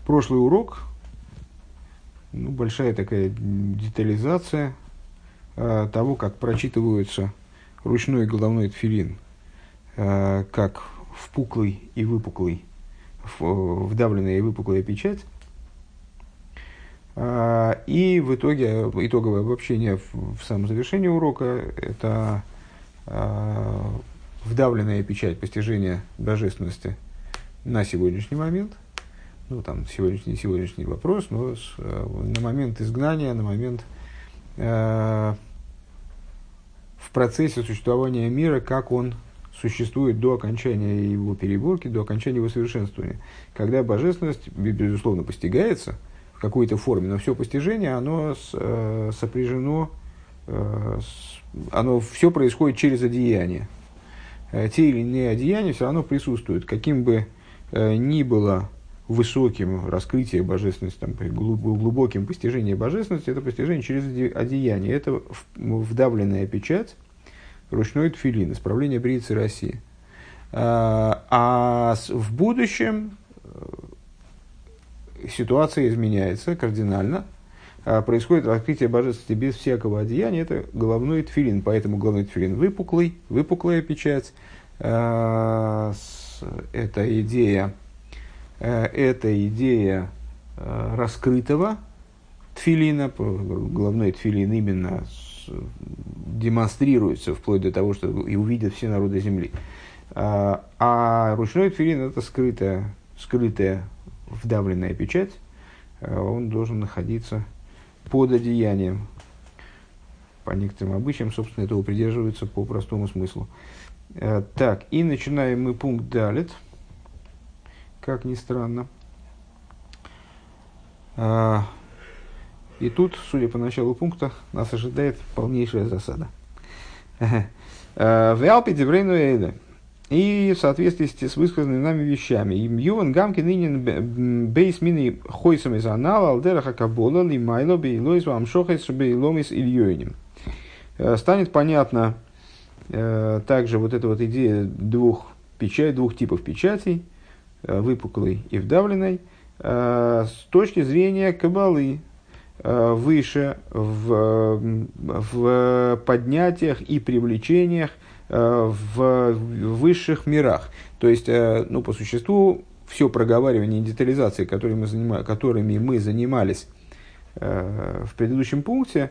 Прошлый урок, большая такая детализация того, как прочитываются ручной и головной тфилин, как впуклый и выпуклый, вдавленная и выпуклая печать. И в итоге, итоговое обобщение в самом завершении урока – это вдавленная печать постижения божественности на сегодняшний момент. Сегодняшний вопрос, но на момент изгнания, на момент в процессе существования мира, как он существует до окончания его переборки, до окончания его совершенствования. Когда божественность, безусловно, постигается в какой-то форме, но все постижение, оно сопряжено, оно все происходит через одеяние. Те или иные одеяния все равно присутствуют, каким бы ни было высоким раскрытие божественности, глубоким постижение божественности, это постижение через одеяние. Это вдавленная печать, ручной тфилин, исправление бриицы России. А в будущем ситуация изменяется кардинально. Происходит раскрытие божественности без всякого одеяния, это головной тфилин. Поэтому головной тфилин выпуклая печать. Это идея раскрытого тфилина. Головной тфилин именно демонстрируется вплоть до того, что и увидят все народы земли. А ручной тфилин – это скрытая вдавленная печать. Он должен находиться под одеянием. По некоторым обычаям, собственно, этого придерживаются по простому смыслу. Так, и начинаем мы пункт далет. Как ни странно. И тут, судя по началу пункта, нас ожидает полнейшая засада. В Алпе Деврейну Эйда. И в соответствии с высказанными нами вещами. Юван гамки нынен бейс мини хойсом из анала алдераха кабола лимайло бейлойс вамшохайс бейломис ильёйним. Станет понятно также вот эта вот идея двух типов печатей, выпуклой и вдавленной, с точки зрения каббалы, выше в поднятиях и привлечениях в высших мирах. То есть, по существу, все проговаривание и детализации, которыми мы занимались в предыдущем пункте,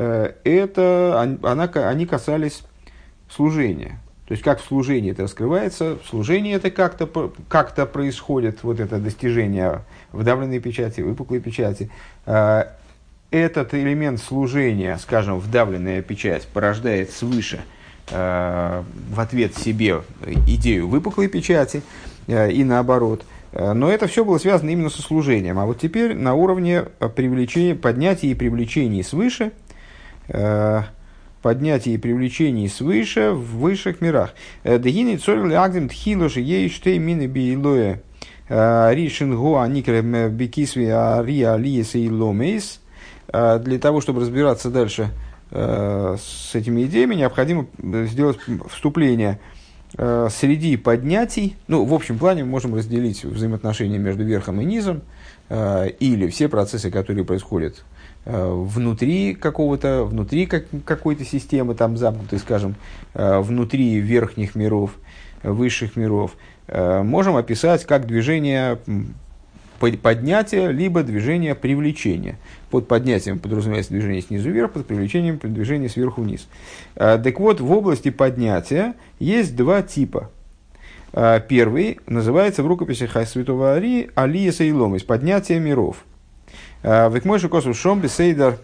они касались служения. То есть, как в служении это раскрывается, в служении это как-то происходит, вот это достижение вдавленной печати, выпуклой печати. Этот элемент служения, скажем, вдавленная печать, порождает свыше в ответ себе идею выпуклой печати и наоборот. Но это все было связано именно со служением. А вот теперь на уровне поднятия и привлечения свыше, поднятие и привлечение свыше в высших мирах. Дегини цорили агдем тхилоши ей штей мины биилоя ришин гоа никрем бекисви ария лиеса и ломейс. Для того, чтобы разбираться дальше с этими идеями, необходимо сделать вступление среди поднятий. В общем плане мы можем разделить взаимоотношения между верхом и низом, или все процессы, которые происходят внутри какой-то системы, там замкнутой, скажем, внутри верхних миров, высших миров, можем описать как движение поднятия, либо движение привлечения. Под поднятием подразумевается движение снизу вверх, под привлечением движение сверху вниз. Так вот, в области поднятия есть два типа. Первый называется в рукописи Святого Арии Алия Сейлом, из поднятия миров. Векмойши косу шом бесейдар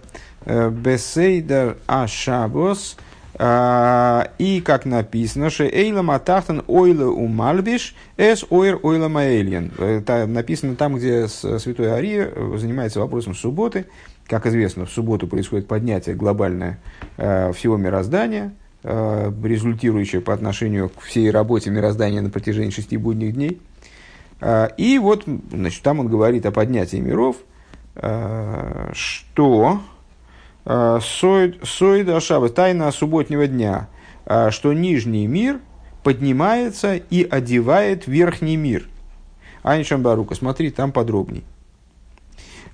ашабос. И как написано, что эйлам атахтан ойла умальбиш эс ойр ойла маэльен. Написано там, где Святой Ария занимается вопросом субботы. Как известно, в субботу происходит поднятие глобальное всего мироздания, результирующее по отношению к всей работе мироздания на протяжении 6 будних дней. И вот, там он говорит о поднятии миров, что Сойда Шаба, тайна субботнего дня, что нижний мир поднимается и одевает верхний мир. Айншам Барука, смотри там подробней.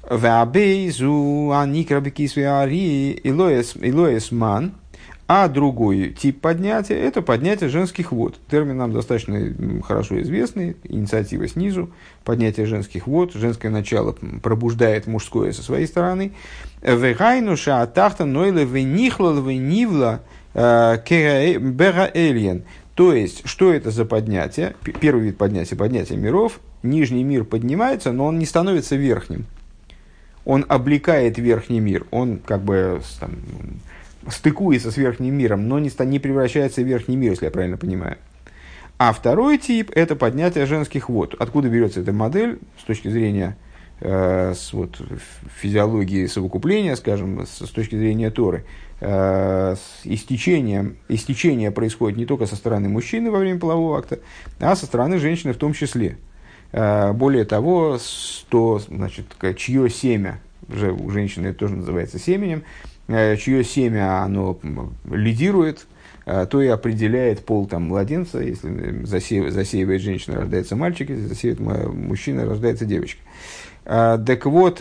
Веабейзу аникрабекисвиари илоэс ман. А другой тип поднятия – это поднятие женских вод. Термин нам достаточно хорошо известный, инициатива снизу, поднятие женских вод, женское начало пробуждает мужское со своей стороны. «Вегайнуша атахта нойле венихлал венивла бераэльен». То есть, что это за поднятие? Первый вид поднятия – поднятие миров. Нижний мир поднимается, но он не становится верхним. Он облекает верхний мир, он как бы там, стыкуется с верхним миром, но не превращается в верхний мир, если я правильно понимаю. А второй тип – это поднятие женских вод. Откуда берется эта модель с точки зрения физиологии совокупления, скажем, с точки зрения Торы? Истечение происходит не только со стороны мужчины во время полового акта, а со стороны женщины в том числе. Более того, чье семя, уже у женщины это тоже называется семенем, чье семя оно лидирует, то и определяет пол там, младенца. Если засеивает женщина, рождается мальчик, если засеивает мужчина, рождается девочка. Так вот,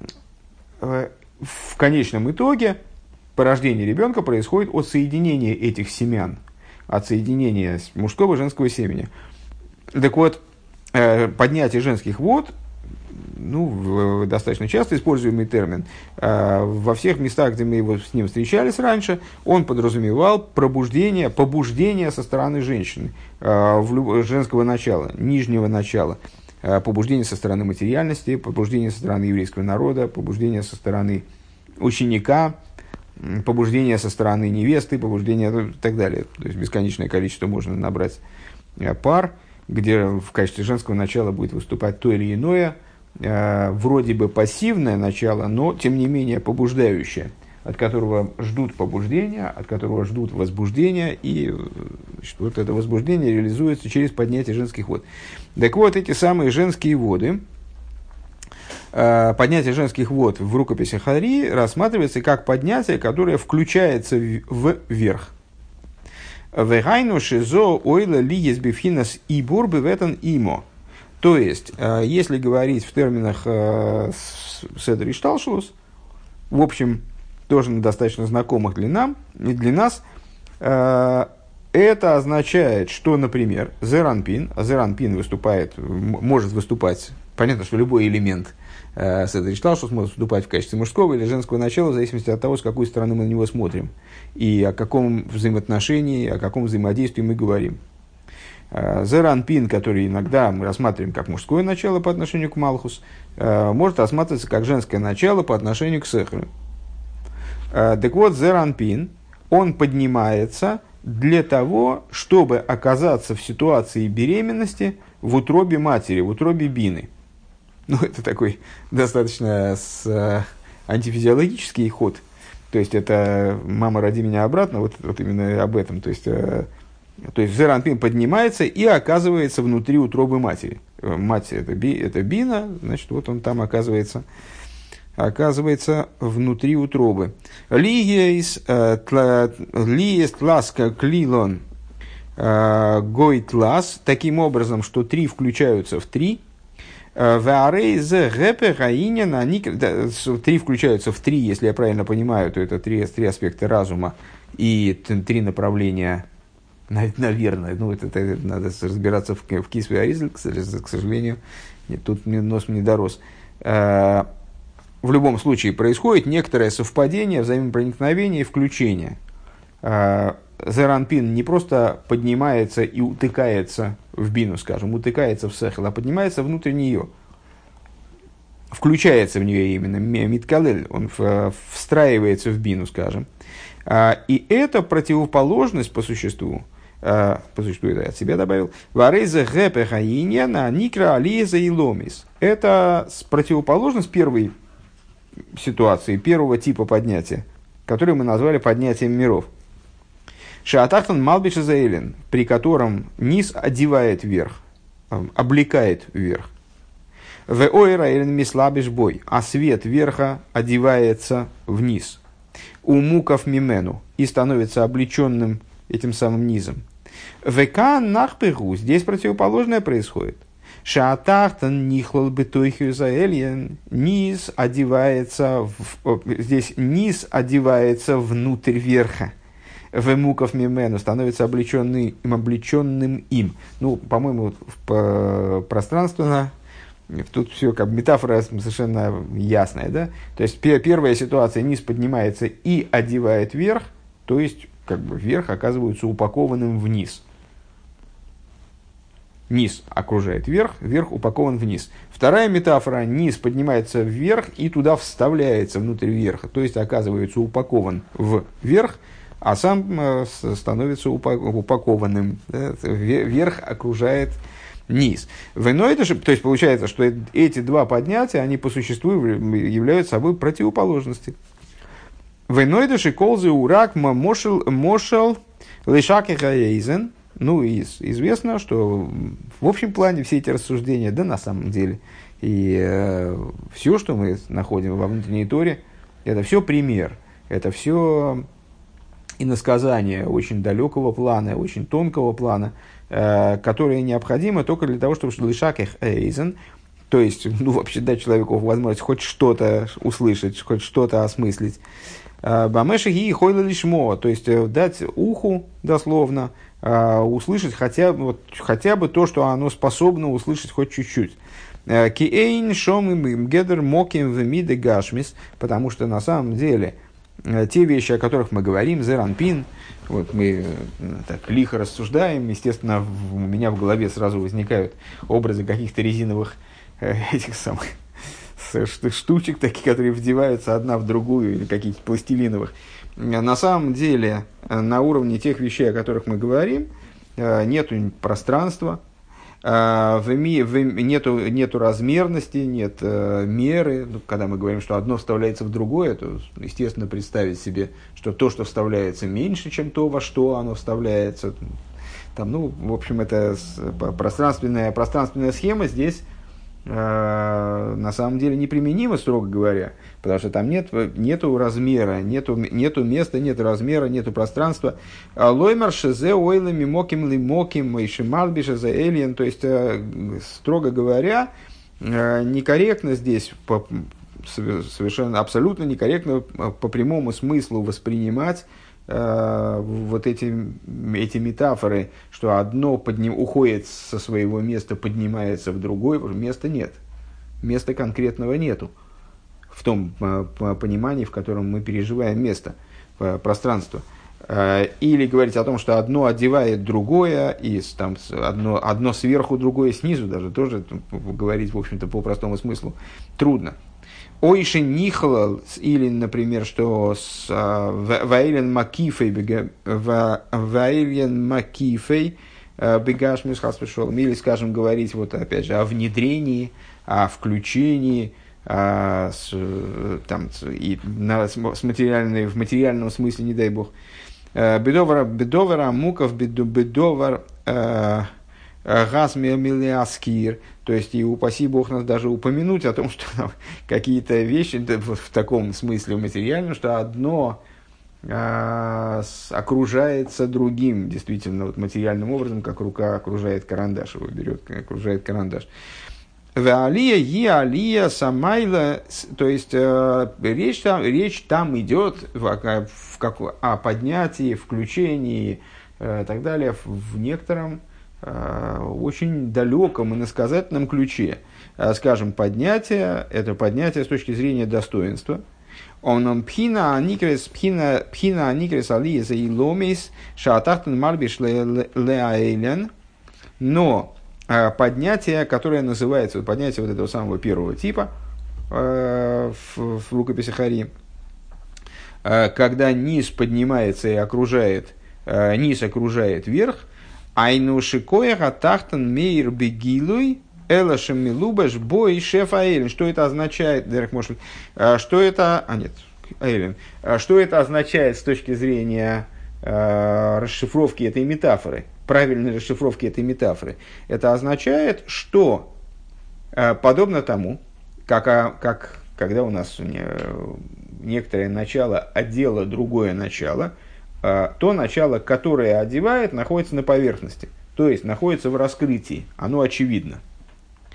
в конечном итоге порождение ребенка происходит от соединения этих семян, от соединения мужского и женского семени. Так вот, поднятие женских вод, достаточно часто используемый термин, во всех местах, где мы с ним встречались раньше, он подразумевал побуждение со стороны женщины, женского начала, нижнего начала, побуждение со стороны материальности, побуждение со стороны еврейского народа, побуждение со стороны ученика, побуждение со стороны невесты, побуждение и так далее. То есть бесконечное количество можно набрать пар, где в качестве женского начала будет выступать то или иное, вроде бы пассивное начало, но тем не менее побуждающее, от которого ждут побуждения, от которого ждут возбуждения, и вот это возбуждение реализуется через поднятие женских вод. Так вот, эти самые женские воды, поднятие женских вод в рукописи Хари рассматривается как поднятие, которое включается вверх. Вегайну шизо ойла ли езбифхинас и бурбы в этом имо. То есть, если говорить в терминах Седер и Шталшус, в общем, тоже достаточно знакомых для нас, это означает, что, например, Зеранпин может выступать, понятно, что любой элемент Седер и Шталшус может выступать в качестве мужского или женского начала, в зависимости от того, с какой стороны мы на него смотрим, и о каком взаимоотношении, о каком взаимодействии мы говорим. Зеранпин, который иногда мы рассматриваем как мужское начало по отношению к Малхус, может рассматриваться как женское начало по отношению к Сехру. Так вот, Зеранпин, он поднимается для того, чтобы оказаться в ситуации беременности в утробе матери, в утробе бины. Это такой достаточно антифизиологический ход. То есть, это «мама, роди меня обратно», вот именно об этом. То есть Зеранпин поднимается и оказывается внутри утробы матери. Мать это бина, значит, вот он там оказывается внутри утробы. Лиес тласка клилон гойтлас, таким образом, что три включаются в три. Три включаются в три, если я правильно понимаю, то это три аспекта разума и три направления. Наверное, это надо разбираться в Кисве Аризель, к сожалению, тут нос не дорос. В любом случае происходит некоторое совпадение, взаимопроникновение и включение. Зеранпин не просто поднимается и утыкается в бину, скажем, утыкается в сехел, а поднимается внутрь нее. Включается в нее именно, миткалель, он встраивается в бину, скажем. И это противоположность по существу, это я от себя добавил, это противоположность первой ситуации, первого типа поднятия, который мы назвали поднятием миров. Шаатахтан Малбиша Заэлен, при котором низ одевает вверх, облекает вверх. В ойра элен мислабиш бой, а свет верха одевается вниз. У муков мимену и становится облеченным этим самым низом. ВК нахпегу, здесь противоположное происходит. Шаатахтан нихлал бетойхю заэльен. Низ одевается, здесь низ одевается внутрь верха. Вемуков мимену становится облеченным им. Ну, по-моему, пространственно тут все как метафора совершенно ясная, да? То есть первая ситуация: низ поднимается и одевает верх, то есть как бы верх оказывается упакованным вниз. Низ окружает верх, верх упакован вниз. Вторая метафора: низ поднимается вверх и туда вставляется внутрь верха, то есть оказывается упакован в верх, а сам становится упакованным. Да? Верх окружает низ. То есть получается, что эти два поднятия, они по существу являются собой противоположности. Вейнойдаши колзы урак мошел лишаки хаэйзен. Ну, и известно, что в общем плане все эти рассуждения, да на самом деле, и все, что мы находим во внутренней Торе, это все пример, это все иносказания очень далекого плана, очень тонкого плана, которые необходимы только для того, чтобы лишак их эйзен, то есть, ну, вообще дать человеку возможность хоть что-то услышать, хоть что-то осмыслить. Бамешихи и хойла лишмо, то есть дать уху, дословно, услышать хотя бы то, что оно способно услышать хоть чуть-чуть. Киэйн шом гедер моким вмиде гашмис, потому что на самом деле те вещи, о которых мы говорим, зеранпин, вот мы так лихо рассуждаем, естественно, у меня в голове сразу возникают образы каких-то резиновых этих самых штучек, такие, которые вдеваются одна в другую, или каких-то пластилиновых. На самом деле, на уровне тех вещей, о которых мы говорим, нет пространства, нету размерности, нет меры. Когда мы говорим, что одно вставляется в другое, то, естественно, представить себе, что то, что вставляется, меньше, чем то, во что оно вставляется. Там, ну, в общем, это пространственная схема здесь на самом деле неприменима, строго говоря, потому что там нету размера, нету места, нету размера, нету пространства. Лоймер шезе ойлами моким лимоким мейшимальбиша за эльен, то есть, строго говоря, некорректно здесь, совершенно абсолютно некорректно по прямому смыслу воспринимать вот эти метафоры, что одно уходит со своего места, поднимается в другое, места нет. Места конкретного нету. В том понимании, в котором мы переживаем место, пространство. Или говорить о том, что одно одевает другое, и там, одно сверху, другое снизу, даже тоже говорить, в общем-то, по простому смыслу трудно. Ойши нихлал, или, например, что ваэлен макифей бегашмис хаспешол, или, скажем, говорить, вот опять же, о внедрении, о включении, и в материальном смысле, не дай бог, бедовара муков, бедовар газмиамилиаскир, то есть, и упаси Бог нас даже упомянуть о том, что какие-то вещи в таком смысле материальном, что одно окружается другим, действительно, вот материальным образом, как рука окружает карандаш, его берет, окружает карандаш. Алия и алия самайла, то есть речь там идет о поднятии, включении и так далее в некотором очень далеком и иносказательном ключе. Скажем, поднятие – это поднятие с точки зрения достоинства. Он пхина аникрес алиеса и ломис шаатахтен марбиш леаэлен. Но поднятие, которое называется, поднятие вот этого самого первого типа в рукописи Хари, когда низ поднимается и окружает, низ окружает верх, айну шикоеха тахтан мейр бегилуй элашем милубаш бой шеф аэлен. Что это означает, Дерек, может, что это, что это означает с точки зрения расшифровки этой метафоры, правильной расшифровки этой метафоры? Это означает, что подобно тому, как когда у нас некоторое начало одело другое начало, то начало, которое одевает, находится на поверхности, то есть находится в раскрытии, оно очевидно.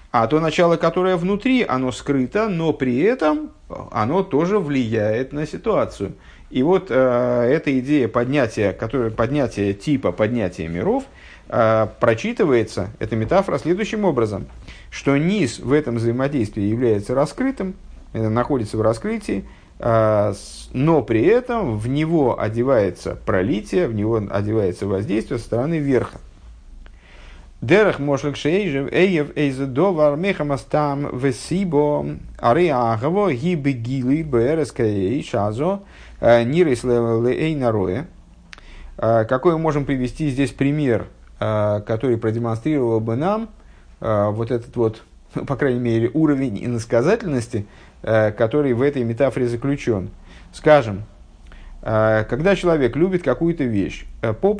А то начало, которое внутри, оно скрыто, но при этом оно тоже влияет на ситуацию. И вот эта идея поднятия типа поднятия миров прочитывается, эта метафора, следующим образом, что низ в этом взаимодействии является раскрытым, находится в раскрытии, но при этом в него одевается пролитие, в него одевается воздействие со стороны верха. Дерах мошлик шейжев эйев эйзедовар мехамастам весибо ариагаво гибегили берескаей шазо нирислевелей нароя. Какой мы можем привести здесь пример, который продемонстрировал бы нам вот этот вот, по крайней мере, уровень иносказательности, который в этой метафоре заключен. Скажем, когда человек любит какую-то вещь по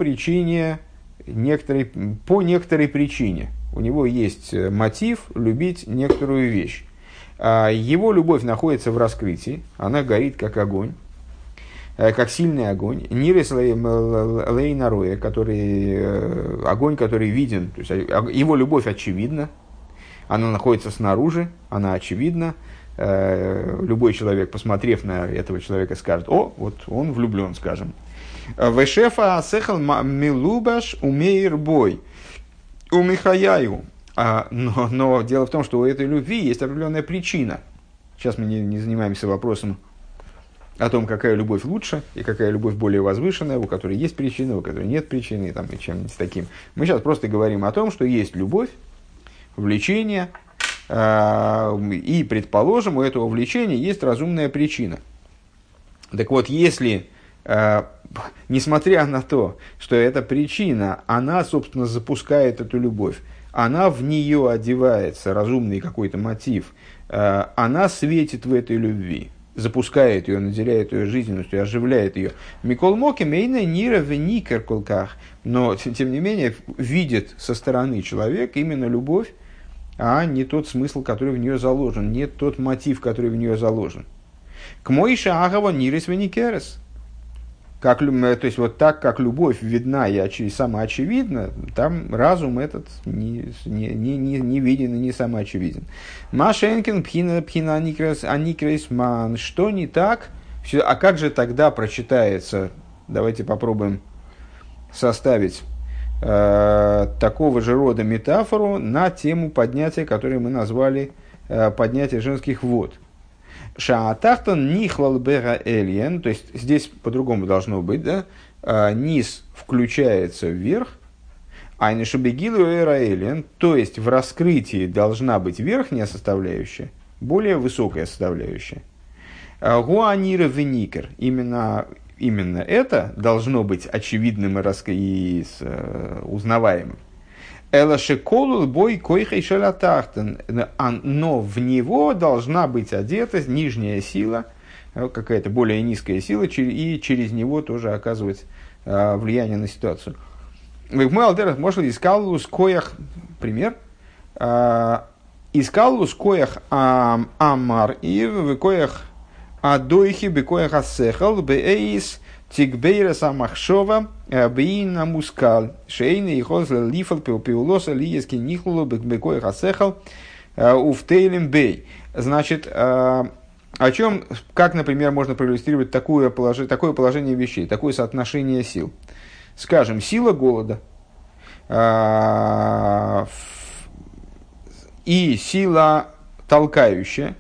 некоторой причине, у него есть мотив любить некоторую вещь. Его любовь находится в раскрытии, она горит как огонь, как сильный огонь. Нирис лейнароя, огонь, который виден, то есть его любовь очевидна, она находится снаружи, она очевидна. Любой человек, посмотрев на этого человека, скажет: о, вот он влюблен, скажем. Вешефа асехал милубаш умеир бой умихаяю. Но дело в том, что у этой любви есть определенная причина. Сейчас мы не занимаемся вопросом о том, какая любовь лучше и какая любовь более возвышенная, у которой есть причина, у которой нет причины, и чем-нибудь таким. Мы сейчас просто говорим о том, что есть любовь, влечение, и, предположим, у этого влечения есть разумная причина. Так вот, если, несмотря на то, что эта причина, она, собственно, запускает эту любовь, она в нее одевается, разумный какой-то мотив, она светит в этой любви, запускает ее, наделяет ее жизненностью, оживляет ее. Микол моки мейна нира веникер колках. Но, тем не менее, видит со стороны человек именно любовь, а не тот смысл, который в нее заложен, не тот мотив, который в нее заложен. К моиша агава нирис веникерес. То есть, вот так, как любовь видна и самоочевидна, там разум этот не виден и не самоочевиден. Машенкин пхина аникрес ман. Что не так? А как же тогда прочитается? Давайте попробуем составить такого же рода метафору на тему поднятия, которую мы назвали поднятие женских вод. Шаатахтон нихлал бера эльен, то есть здесь по-другому должно быть, да? Низ включается вверх, а не шабегилу эра эльен, то есть в раскрытии должна быть верхняя составляющая, более высокая составляющая. Гуанира веникер, именно это должно быть очевидным и узнаваемым. Элашеколул бой койхай шалатахтен, но в него должна быть одета нижняя сила, какая-то более низкая сила, и через него тоже оказывать влияние на ситуацию. Мы алдерах может искал коях, пример, искал коях амар и в коях адойхи бекоях асехал беэйс тикбейра самахшова бейна мускал шейны и хозл лифал пиулоса лиески нихлулу бекоях асехал уфтейлем бей. Значит, о чем, как, например, можно проиллюстрировать такое положение вещей, такое соотношение сил? Скажем, сила голода и сила толкающая,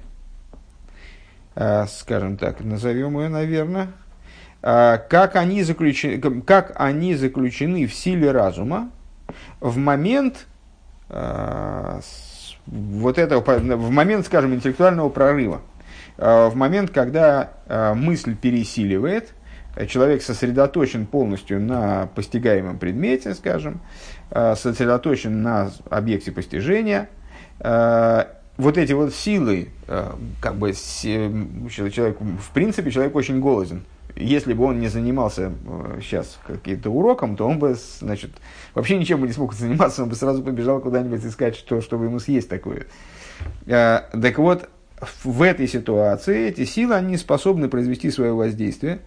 скажем так, назовем ее, наверное, как они заключены в силе разума в момент, в момент, скажем, интеллектуального прорыва, в момент, когда мысль пересиливает, человек сосредоточен полностью на постигаемом предмете, скажем, сосредоточен на объекте постижения. Вот эти вот силы, человек, в принципе, человек очень голоден. Если бы он не занимался сейчас каким-то уроком, то он бы, значит, вообще ничем бы не смог заниматься, он бы сразу побежал куда-нибудь искать, чтобы ему съесть такое. Так вот, в этой ситуации эти силы, они способны произвести свое воздействие.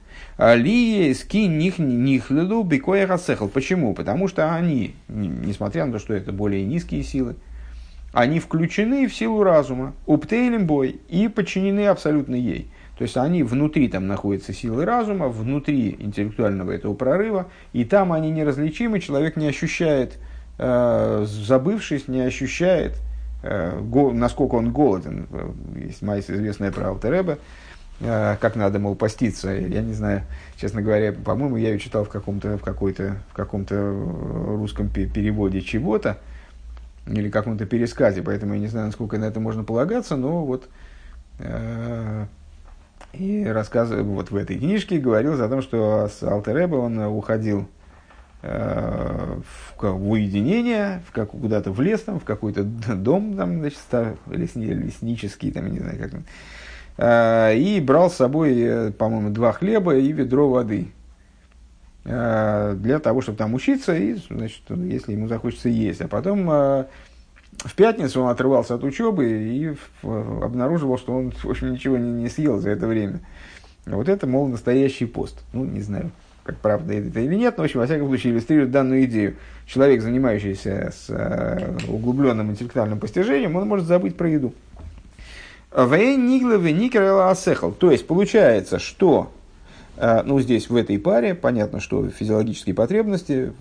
Почему? Потому что они, несмотря на то, что это более низкие силы, они включены в силу разума, уптейлем бой, и подчинены абсолютно ей. То есть они внутри там находятся силы разума, внутри интеллектуального этого прорыва, и там они неразличимы, человек не ощущает, забывшись, не ощущает, насколько он голоден. Есть майс, известная про Алтер Ребе, как надо, мол, поститься. Я не знаю, честно говоря, по-моему, я ее читал в каком-то русском переводе чего-то, или каком-то пересказе, поэтому я не знаю, насколько на это можно полагаться, но вот и рассказ вот в этой книжке говорилось о том, что с Алтер Ребе он уходил в уединение, куда-то в лес, там, в какой-то дом, там, значит, леснический, там, не знаю, как, и брал с собой, по-моему, 2 хлеба и ведро воды. Для того, чтобы там учиться, и, значит, если ему захочется есть. А потом в пятницу он отрывался от учебы и обнаруживал, что он, в общем, ничего не съел за это время. Вот это, мол, настоящий пост. Ну, не знаю, как правда это или нет, но, в общем, во всяком случае, иллюстрирует данную идею. Человек, занимающийся с углубленным интеллектуальным постижением, он может забыть про еду. То есть, получается, что ну, здесь в этой паре понятно, что физиологические потребности,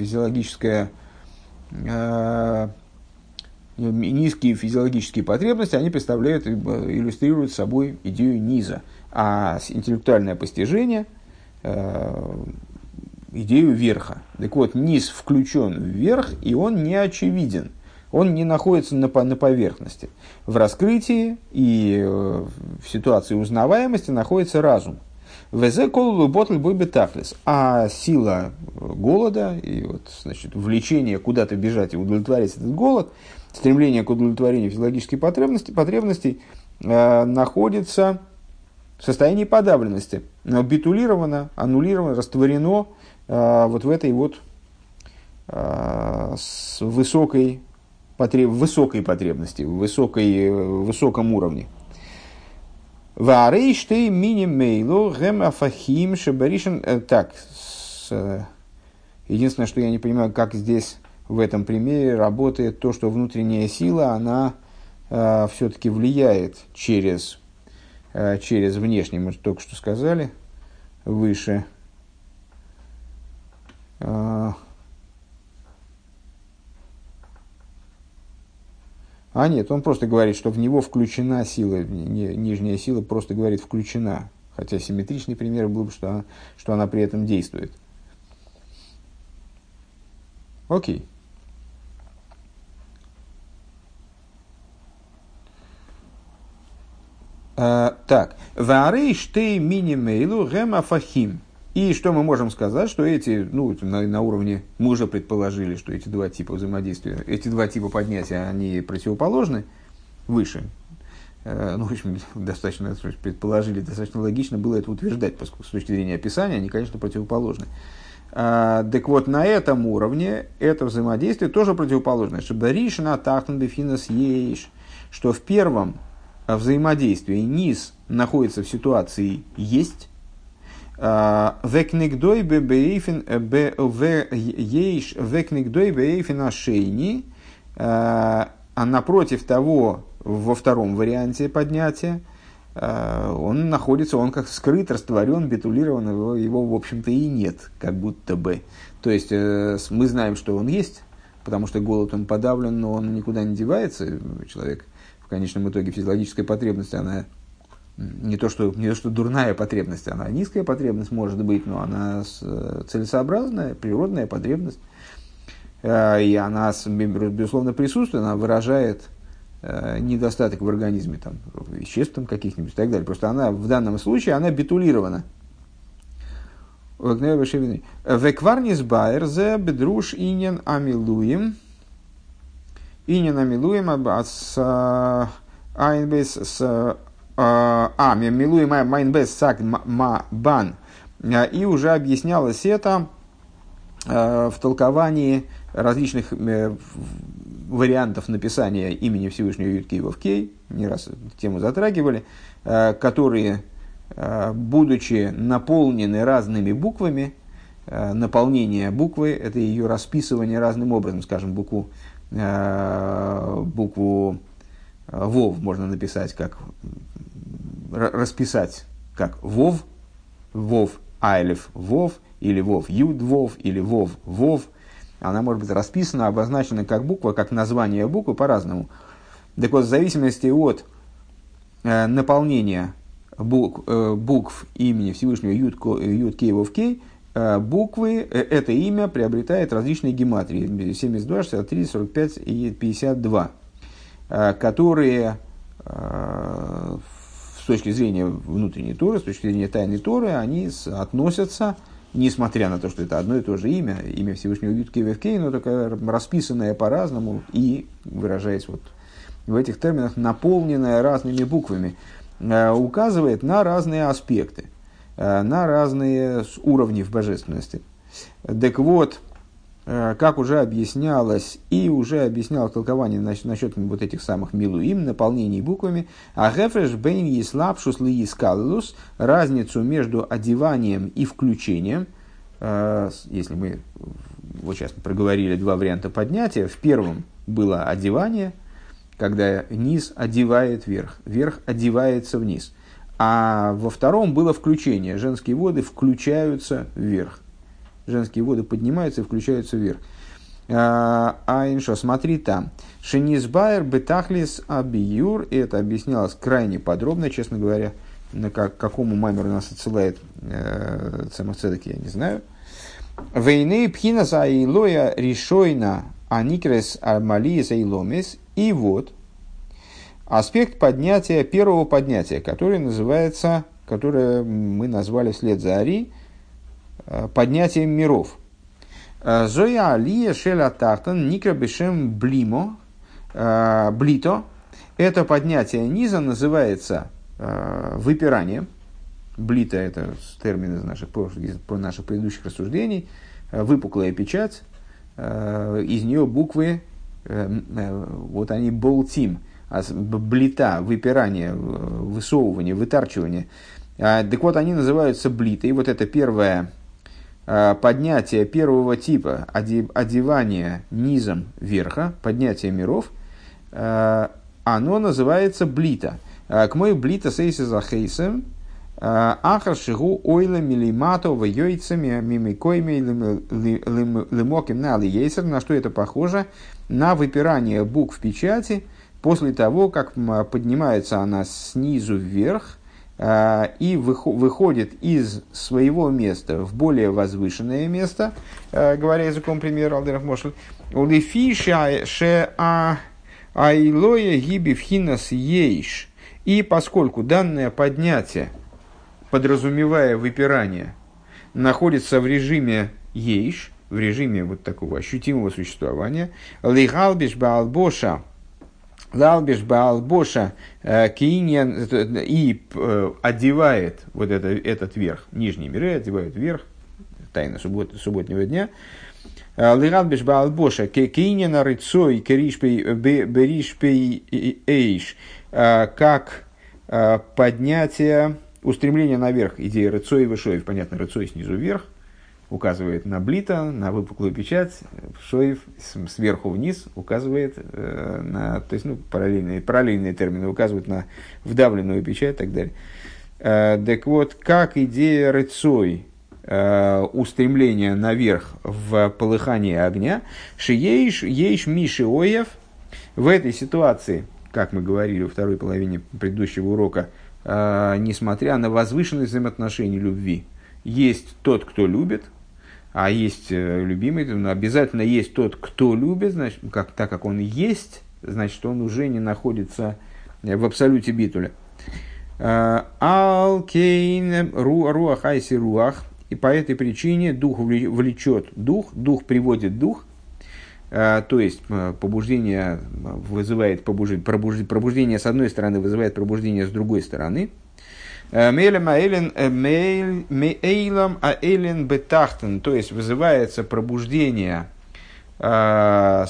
низкие физиологические потребности, они представляют, иллюстрируют собой идею низа, а интеллектуальное постижение идею верха. Так вот, низ включен в верх, и он не очевиден, он не находится на поверхности. В раскрытии и в ситуации узнаваемости находится разум. А сила голода и вот, значит, влечение куда-то бежать и удовлетворить этот голод, стремление к удовлетворению физиологических потребностей находится в состоянии подавленности, битулировано, аннулировано, растворено вот в этой вот высокой потребности, высоком уровне. Так, единственное, что я не понимаю, как здесь в этом примере работает то, что внутренняя сила, она все-таки влияет через внешний, мы только что сказали, выше. Нет, он просто говорит, что в него включена сила, нижняя сила просто говорит включена. Хотя симметричный пример был бы, что она при этом действует. Окей. Так. Варей штей мини-мейлу гемафахим. И что мы можем сказать, что эти, ну, на уровне, мы уже предположили, что эти 2 типа взаимодействия, эти 2 типа поднятия, они противоположны выше. Ну, в общем, достаточно предположили, достаточно логично было это утверждать, поскольку с точки зрения описания они, конечно, противоположны. Так вот, на этом уровне это взаимодействие тоже противоположное. Шабаришна тахтан бифинас ейш, что в первом взаимодействии низ находится в ситуации «есть», векнигдой бейфин ейш векнигдой бейфин ашейни, а напротив того, во втором варианте поднятия, он находится, он как скрыт, растворен, битулирован, его в общем-то и нет, как будто бы. То есть мы знаем, что он есть, потому что голод он подавлен, но он никуда не девается. Человек в конечном итоге физиологическая потребность, она не то что дурная потребность, она низкая потребность может быть, но она целесообразная, природная потребность. И она, безусловно, присутствует, она выражает недостаток в организме, там, веществ там, каких-нибудь и так далее. Просто она в данном случае она битулирована. Векварнис байер зе бедруш инен амилуем. Инен амилуем с айнбейс с милуем майнбейс сак ма бан. И уже объяснялось это в толковании различных вариантов написания имени Всевышнего Юд-Кей Вав-Кей, не раз эту тему затрагивали, которые, будучи наполнены разными буквами, наполнение буквы – это ее расписывание разным образом, скажем, букву букву Вов можно написать как, расписать как Вов, Вов, Айлев, Вов, или Вов, Юд, Вов, или Вов, Вов. Она может быть расписана, обозначена как буква, как название буквы по-разному. Так вот, в зависимости от наполнения букв имени Всевышнего Юд Кей Вов Кей, буквы, это имя приобретает различные гематрии, 72, 63, 45 и 52, которые с точки зрения внутренней Торы, с точки зрения тайной Торы, они относятся, несмотря на то, что это одно и то же имя Всевышнего Юд Кей Вов Кей, но только расписанное по-разному и, выражаясь вот в этих терминах, наполненное разными буквами, указывает на разные аспекты, на разные уровни в божественности. Так вот, как уже объяснялось, и уже объяснял толкование насчет вот этих самых милуим, наполнений буквами, а гефреш бейн еслапшус ли искаллус, разницу между одеванием и включением. Если мы вот сейчас проговорили два варианта поднятия, в первом было одевание, когда низ одевает верх, верх одевается вниз. А во втором было включение. Женские воды включаются вверх. Женские воды поднимаются и включаются вверх. Иншо, смотри там. Шенизбайр бетахлис абиюр. Это объяснялось крайне подробно, честно говоря. На какому маймеру нас отсылает Цемах Цедек, я не знаю. Вейней пхинас аилоя решойна аникрес армалиес аиломис. И вот аспект поднятия, первого поднятия, которое мы назвали вслед за Ари, поднятием миров. Зоя алия шеля тахтан никра бешем блито. Это поднятие низа называется выпиранием. Блито – это термин из наших предыдущих рассуждений. Выпуклая печать, из нее буквы, вот они болтим, блита, выпирание, высовывание, вытарчивание. Так вот, они называются блиты. И вот это первое поднятие первого типа, одевание низом верха, поднятие миров, оно называется блита. К мой блита сейси захейсем, ахар шигу ойла милимато в йойцами мимикойми лимоким на алиейсер. На что это похоже? На выпирание букв печати после того, как поднимается она снизу вверх и выходит из своего места в более возвышенное место, говоря языком примера Алдеров Мошль, улифи ше айлоя гиби вхинас ейш. И поскольку данное поднятие, подразумевая выпирание, находится в режиме ейш, в режиме вот такого ощутимого существования, лигалбиш баалбоша киньян, и одевает вот этот верх, нижние миры одевают верх, тайна субботнего дня, лигалбиш баалбоша киньян рыцой беришпей эйш, как поднятие, устремление наверх, идея рыцой и вышоев. Понятно, рыцой снизу вверх указывает на блита, на выпуклую печать, шоев сверху вниз указывает на, то есть, параллельные термины указывают на вдавленную печать и так далее. Так вот, как идея рыцой, устремление наверх в полыхание огня, ейш миши оев, в этой ситуации, как мы говорили во второй половине предыдущего урока, несмотря на возвышенность взаимоотношений любви, есть тот, кто любит, а есть любимый, но обязательно есть тот, кто любит, значит, так как он есть, значит, он уже не находится в абсолюте битуля. Алкейн руах айси руах, и по этой причине дух влечет дух приводит дух. То есть побуждение вызывает пробуждение с одной стороны, вызывает пробуждение с другой стороны. Мейлам аэлен бетахтен, то есть вызывается пробуждение со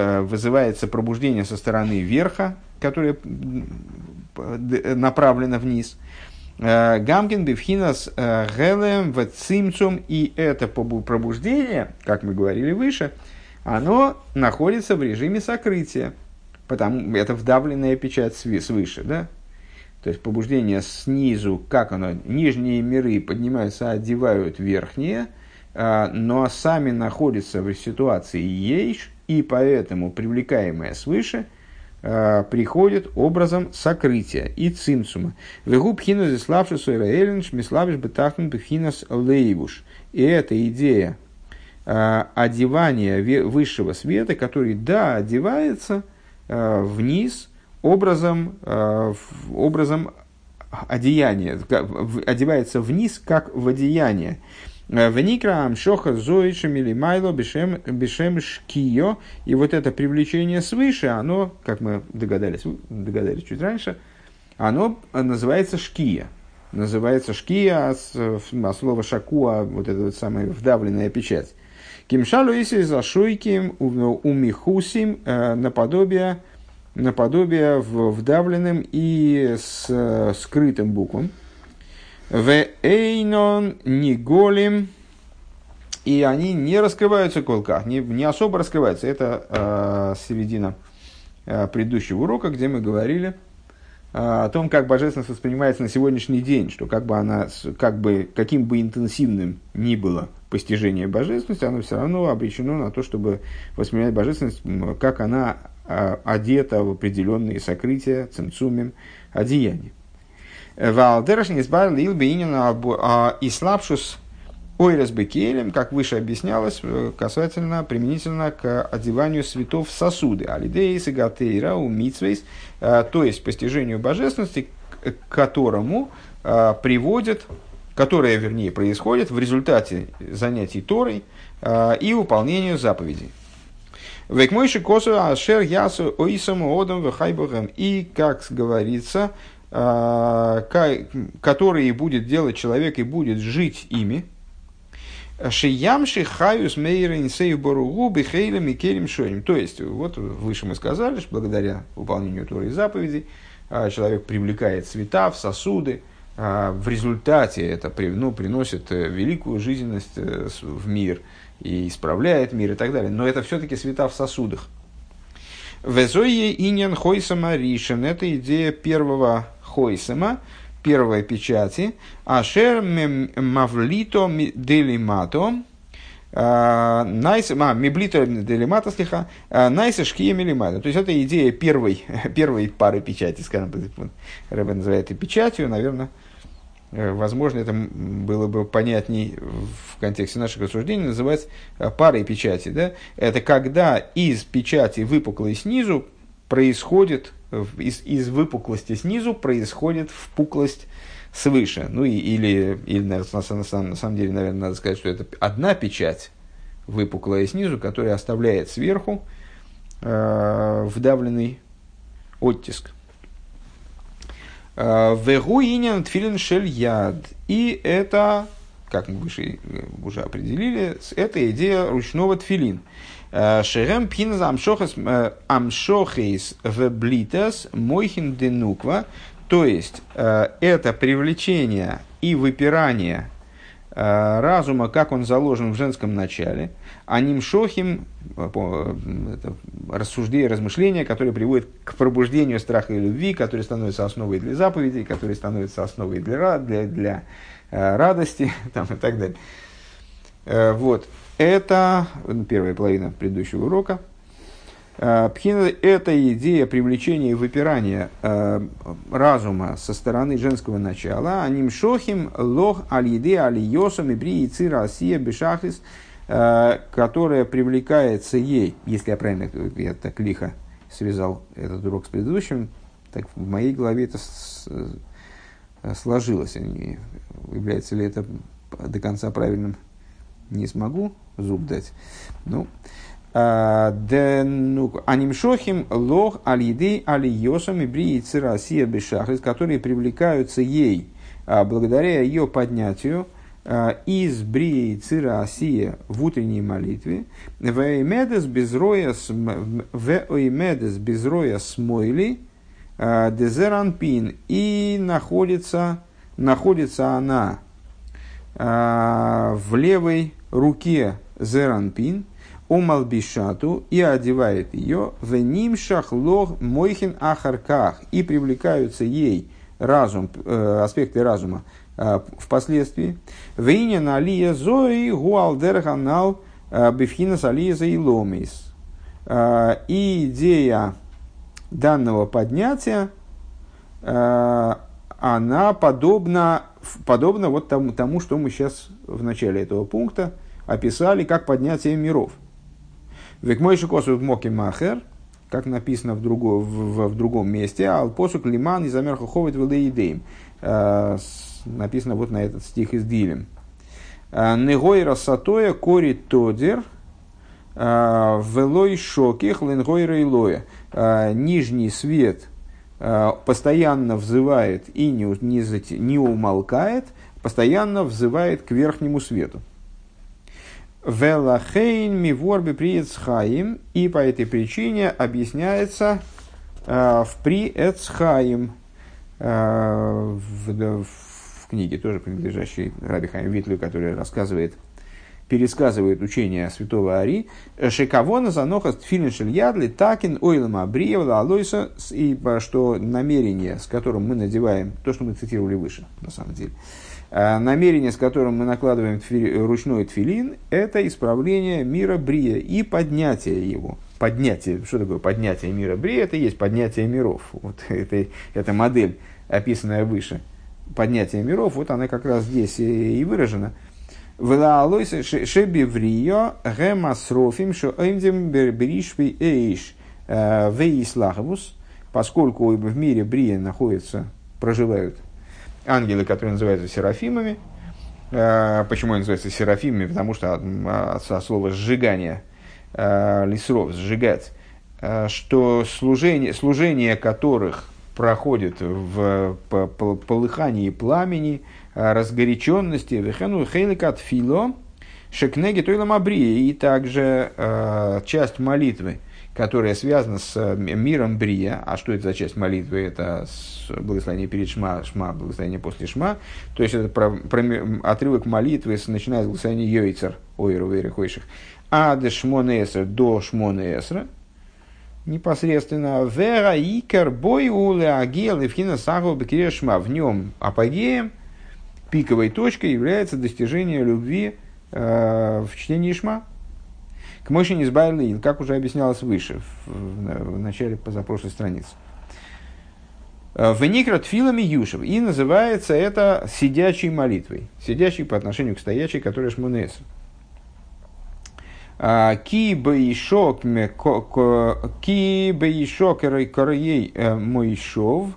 стороны верха, которое направлено вниз. Гамген бифхинас гелем в цимцум, и это пробуждение, как мы говорили выше, оно находится в режиме сокрытия, потому это вдавленная печать свыше, да? То есть побуждение снизу, как оно, нижние миры поднимаются, одевают верхние, но сами находятся в ситуации ейш, и поэтому привлекаемое свыше приходит образом сокрытия и цимсума. Вегу пхинус иславши суэраэлинш миславиш бетахн пхинус лейбуш. И эта идея одевания высшего света, который, да, одевается вниз образом одеяния, одевается вниз, как в одеяние. Веникра амшоха зоишем или майло бешем шкио. И вот это привлечение свыше, оно, как мы догадались чуть раньше, оно называется шкия. Называется шкия от слова шакуа, вот эта вот самая вдавленная печать. Кимшалу иси за шуйким умихусим, наподобие вдавленным и с скрытым буквам. В эйнон неголим, и они не раскрываются колка, не особо раскрываются. Это середина предыдущего урока, где мы говорили о том, как божественность воспринимается на сегодняшний день, что каким бы интенсивным ни было постижение божественности, оно все равно обречено на то, чтобы воспринимать божественность, как она одета в определенные сокрытия, цимцумим, одеяния. Валдерашни избавил Илбейнина и слабшус ойрес бекелем, как выше объяснялось, касательно, применительно к одеванию святов в сосуды. Алидеис и гатейра у митсвейс, то есть постижению божественности, к которому которое, вернее, происходит в результате занятий Торой и выполнению заповедей. Векмойши косу ашер ясу оисаму одам вехайбогам. И, как говорится, которые будет делать человек и будет жить ими. Шиямши хаюс мейрин сейв боругу бихейлем и келем шорим. То есть, вот выше мы сказали, что благодаря выполнению Торы и заповедей человек привлекает света в сосуды. В результате это приносит великую жизненность в мир и исправляет мир и так далее. Но это все-таки света в сосудах. Везойе иньян хойсама ришен. Это идея первого хойсама, первой печати. Ашер мавлито делимато. Миблито делимато слиха. Найса шкия милимато. То есть это идея первой пары печати, скажем, Ребе называет и печатью, наверное. Возможно, это было бы понятней в контексте наших рассуждений, называется парой печати. Да? Это когда из печати выпуклой снизу происходит, из выпуклости снизу происходит впуклость свыше. Ну, или наверное, на самом деле, наверное, надо сказать, что это одна печать, выпуклая снизу, которая оставляет сверху вдавленный оттиск. Вегуинен тфилин шель яд. И это, как мы выше уже определили, это идея ручного тфилин. Шерем пхиназ амшохейс веблитас мойхин денуква. То есть, это привлечение и выпирание разума, как он заложен в женском начале, а нимшохим, это рассуждения, размышления, которые приводят к пробуждению страха и любви, которые становятся основой для заповедей, которые становятся основой для радости там, и так далее. Вот. Это первая половина предыдущего урока. Пхина – это идея привлечения и выпирания разума со стороны женского начала. Аним шохим лох аль-еде аль-йосом и бри цира асия бешахис, которая привлекается ей, если я правильно, я так лихо связал этот урок с предыдущим, так в моей голове это сложилось. Является ли это до конца правильным, не смогу зуб дать. Ну, анимшохим лох аль-еды аль-йосам и бри цира асия бешахис, которые привлекаются ей благодаря ее поднятию из брии цира асия в утренней молитве, вэймедес безроя смойли дезеранпин, и находится она в левой руке зеранпин, умалбишату, и одевает ее, в нимшах лох мойхин ахарках, и привлекаются ей разум, аспекты разума впоследствии. Вейнин алия зои гуалдерганал бифхинас алия заиломис. И идея данного поднятия, она подобна вот тому, что мы сейчас в начале этого пункта описали, как поднятие миров. Векмойши косу моки махер, как написано в другом месте, алпосук лиман и замерха ховит велеидеем. Написано вот на этот стих из Дилем. Негой рассатоя кори тодер велой шоких ленгой рейлоя. Нижний свет постоянно взывает и не умолкает, постоянно взывает к верхнему свету. Велахейн миворби приэцхаим, и по этой причине объясняется в приэцхаим, в книге, тоже принадлежащей Раби Хаим Витлю, который пересказывает учение святого Ари, «Шекавона занохас тфилин шельядли такин ойлама абриевла алойса», ибо что намерение, с которым мы надеваем, то, что мы цитировали выше, на самом деле, намерение, с которым мы накладываем ручной тфилин, это исправление мира брия и поднятие его. Поднятие, что такое поднятие мира брия? Это и есть поднятие миров. Вот это модель, описанная выше. Поднятие миров, вот она как раз здесь и выражена. Велаалойс шебиврио гемасрофим шоэмдем беришви эйш веислаховус, поскольку в мире брия проживают ангелы, которые называются серафимами. Почему они называются серафимами? Потому что от слова сжигание, лисров, сжигать, что служение которых проходит в полыхании пламени, разгоряченности, вехену хейликат фило, шекнеги тойлам абрии, и также часть молитвы, которая связана с миром брия. А что это за часть молитвы? Это благословение перед шма, благословение после шма. То есть это отрывок молитвы, начиная с благословения йойцер, ойру вейрехойших, а до шмонесра, до шмонесра, непосредственно вера икер бой уле агел и вхина сагу бекирия шма. В нем апогеем, пиковой точкой является достижение любви в чтении шма. К мощи избавили, как уже объяснялось выше, в начале позапрошлой страницы. Веникра тфилами юшев. И называется это сидячей молитвой. Сидячей по отношению к стоячей, которая шмонеср. Ки бейшок корей мойшов.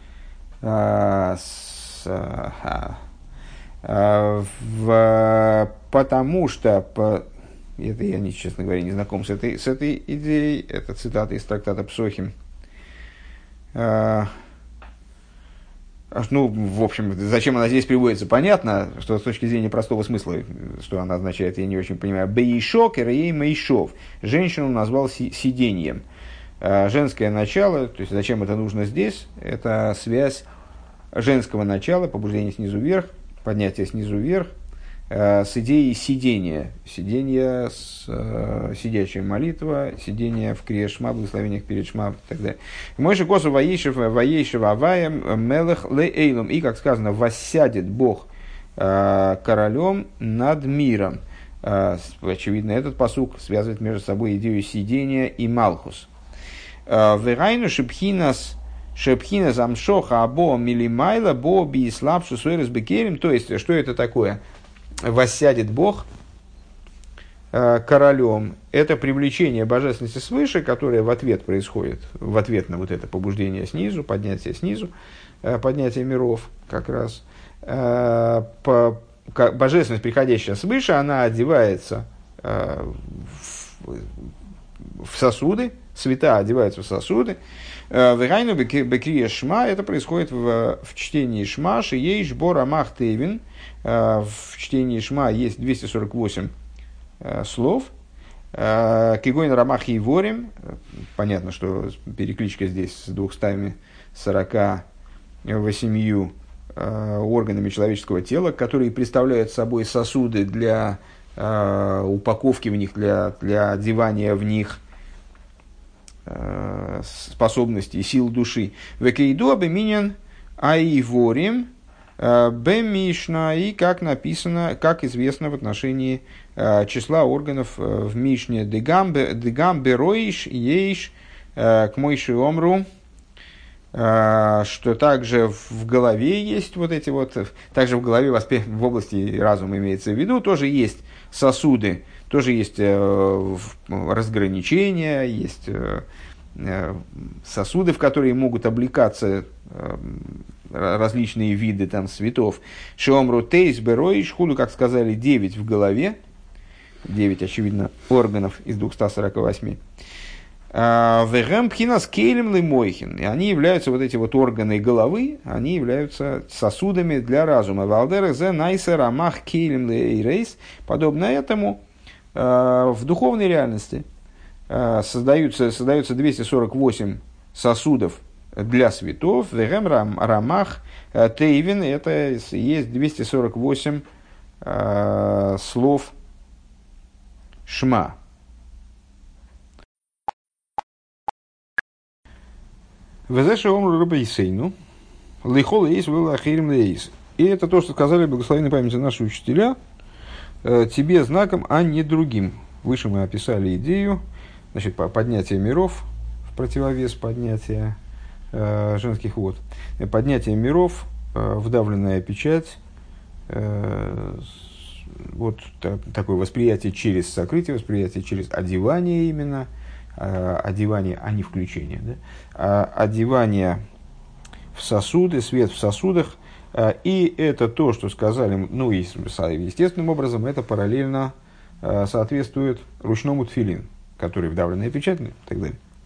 Потому что... Это я, честно говоря, не знаком с этой идеей. Это цитата из трактата Псохим. Ну, в общем, зачем она здесь приводится, понятно, что с точки зрения простого смысла, что она означает, я не очень понимаю. Бейшок и рей мейшов. Женщину назвал сиденьем. Женское начало, то есть зачем это нужно здесь, это связь женского начала, побуждение снизу вверх, поднятие снизу вверх, с идеей сидения. Сидение, сидячая молитва, сидение в крие шма, благословениях перед шма и так далее. Мойши косу воейшев аваем мелех леэйлом. И, как сказано, воссядет Бог королем над миром. Очевидно, этот пасук связывает между собой идею сидения и малхус. Верайну шепхинас амшоха або милимайла бо биислапшу суэрес бекерим. То есть, что это такое? Воссядет Бог королем. Это привлечение божественности свыше, которое в ответ происходит, в ответ на вот это побуждение снизу, поднятие снизу, поднятие миров как раз. Божественность, приходящая свыше, она одевается в сосуды, света одеваются в сосуды. Вегайну бекрия шма, это происходит в чтении шма, шиейш бора мах тейвин. В чтении шма есть 248 слов. Кигойн рамах и ворим. Понятно, что перекличка здесь с 248 органами человеческого тела, которые представляют собой сосуды для упаковки в них, для одевания в них способностей, сил души. Векейду абеминен аиворим бемишна, и как написано, как известно в отношении числа органов в Мишне, дегам бероиш ейш к мойши омру, что также в голове есть вот эти вот, также в голове в области разума имеется в виду, тоже есть сосуды, тоже есть разграничения, есть сосуды, в которые могут облекаться различные виды там цветов. Шиомру тейс бероиш худу, как сказали, 9 в голове, 9, очевидно, органов из 248. Вегем пхинас кейлем лимойхин. И они являются, вот эти вот органы головы, они являются сосудами для разума. Валдер зе найсер амах кейлем лейрейс. Подобно этому в духовной реальности создается 248 сосудов для светов. Вегем рамах тейвин. Это есть 248 слов шма. Везеше омру рабейсейну, лихол эйс вела ахирим лейс. И это то, что сказали благословенной памяти наши учителя, тебе знаком, а не другим. Выше мы описали идею, значит, поднятия миров в противовес поднятия женских вод. Поднятие миров, вдавленная печать, вот такое восприятие через сокрытие, восприятие через одевание именно, одевание, а не включение, да? Одевание в сосуды, свет в сосудах, и это то, что сказали, ну, и естественным образом, это параллельно соответствует ручному тфилин, который вдавленная печать и так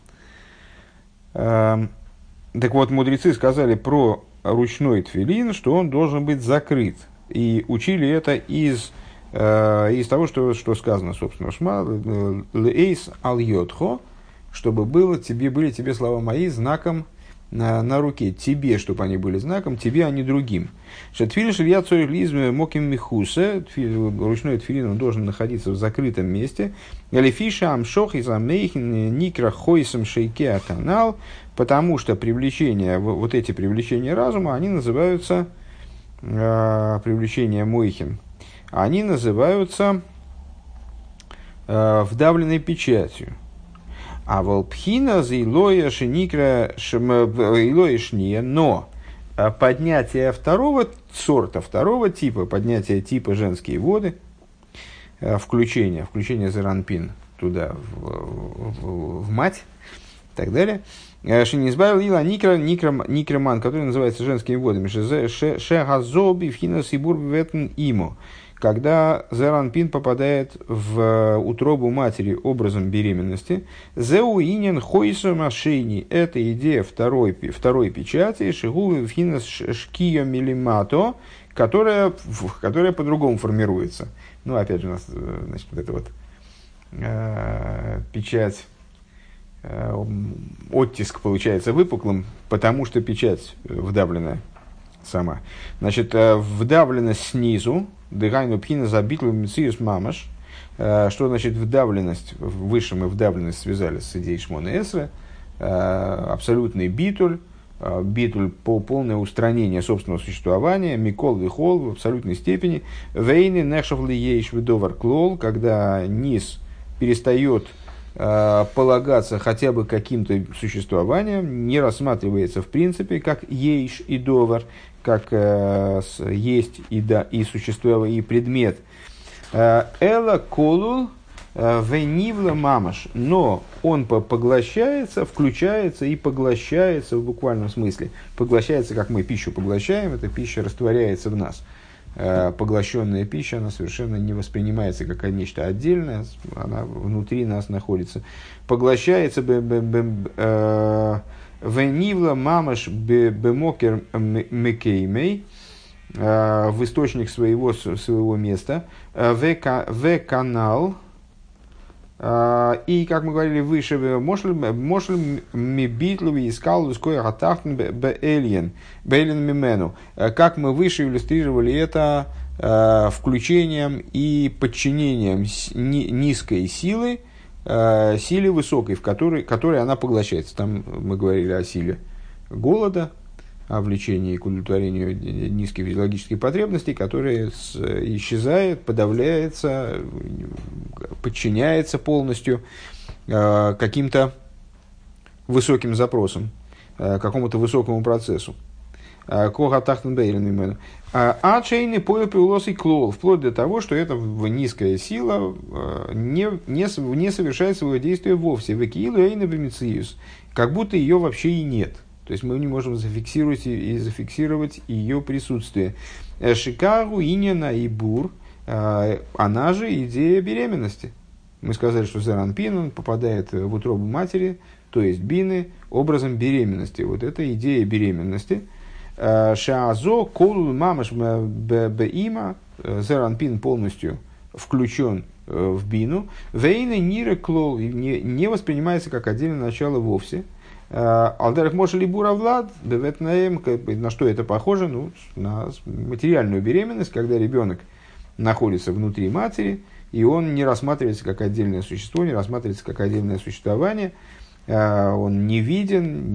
далее. Так вот, мудрецы сказали про ручной тфилин, что он должен быть закрыт, и учили это из того, что сказано, собственно, шма, лейс ал йотхо, чтобы были тебе слова мои знаком на руке, тебе, чтобы они были знаком, тебе, а не другим. Тфилин шелья цорих лизм моким михусе, ручной тфилин, он должен находиться в закрытом месте. Галифиша амшох из амейхин никра хойсом шейке атанал, потому что привлечение, вот эти привлечения разума, они называются привлечение мойхин. Они называются вдавленной печатью. А волпхина за илоя шеникра илоишния, но поднятие второго сорта, второго типа, поднятие типа женские воды, включение заранпин туда, в мать и так далее. Шинизбавил ила никроман, который называется женскими водами. Шехазоби вхина сибур ветн имо. Когда Зеранпин попадает в утробу матери образом беременности, зеуинен хойсо машини, это идея второй печати, шигу вхинас шкио милимато, которая по-другому формируется. Ну, опять же, у нас, значит, вот эта вот печать, оттиск получается выпуклым, потому что печать вдавленная сама. Значит, вдавленность снизу, дыхайну пхина забитлу мициус мамаш, что значит вдавленность, выше мы вдавленность связали с идеей Шмона Эсре, абсолютный битуль по полное устранение собственного существования, микол вихол в абсолютной степени, вейны нешавли ейш ведовар клол, когда низ перестает полагаться хотя бы каким-то существованием, не рассматривается в принципе как ейш и довар, как есть и существо, и предмет. Эла колул венивла мамаш, но он поглощается, включается и поглощается в буквальном смысле. Поглощается, как мы пищу поглощаем, эта пища растворяется в нас. Поглощенная пища, она совершенно не воспринимается как нечто отдельное, она внутри нас находится. Поглощается венивла мамаш бемокер мекеймей, в источник своего места, в канал, и, как мы говорили выше, мошль мибитлуви искал лускоя гатахтен беэльен мимену. Как мы выше иллюстрировали это включением и подчинением низкой силы силе высокой, которой она поглощается. Там мы говорили о силе голода, о влечении к удовлетворению низких физиологических потребностей, которая исчезает, подавляется, подчиняется полностью каким-то высоким запросам, какому-то высокому процессу. Ачейны поел пиулосый клол, вплоть до того, что эта низкая сила не совершает свое действие вовсе. Как будто ее вообще и нет. То есть мы не можем зафиксировать ее присутствие. Шикару инина и бур, она же идея беременности. Мы сказали, что Зеранпин, он попадает в утробу матери, то есть бины, образом беременности. Вот это идея беременности. Шаазо колу мамаш беима, Зеранпин полностью включен в бину. Вейна нира клол не воспринимается как отдельное начало вовсе. Алдарах Моша Либура Влад, на что это похоже? Ну, на материальную беременность, когда ребенок находится внутри матери, и он не рассматривается как отдельное существо, не рассматривается как отдельное существование, он не виден,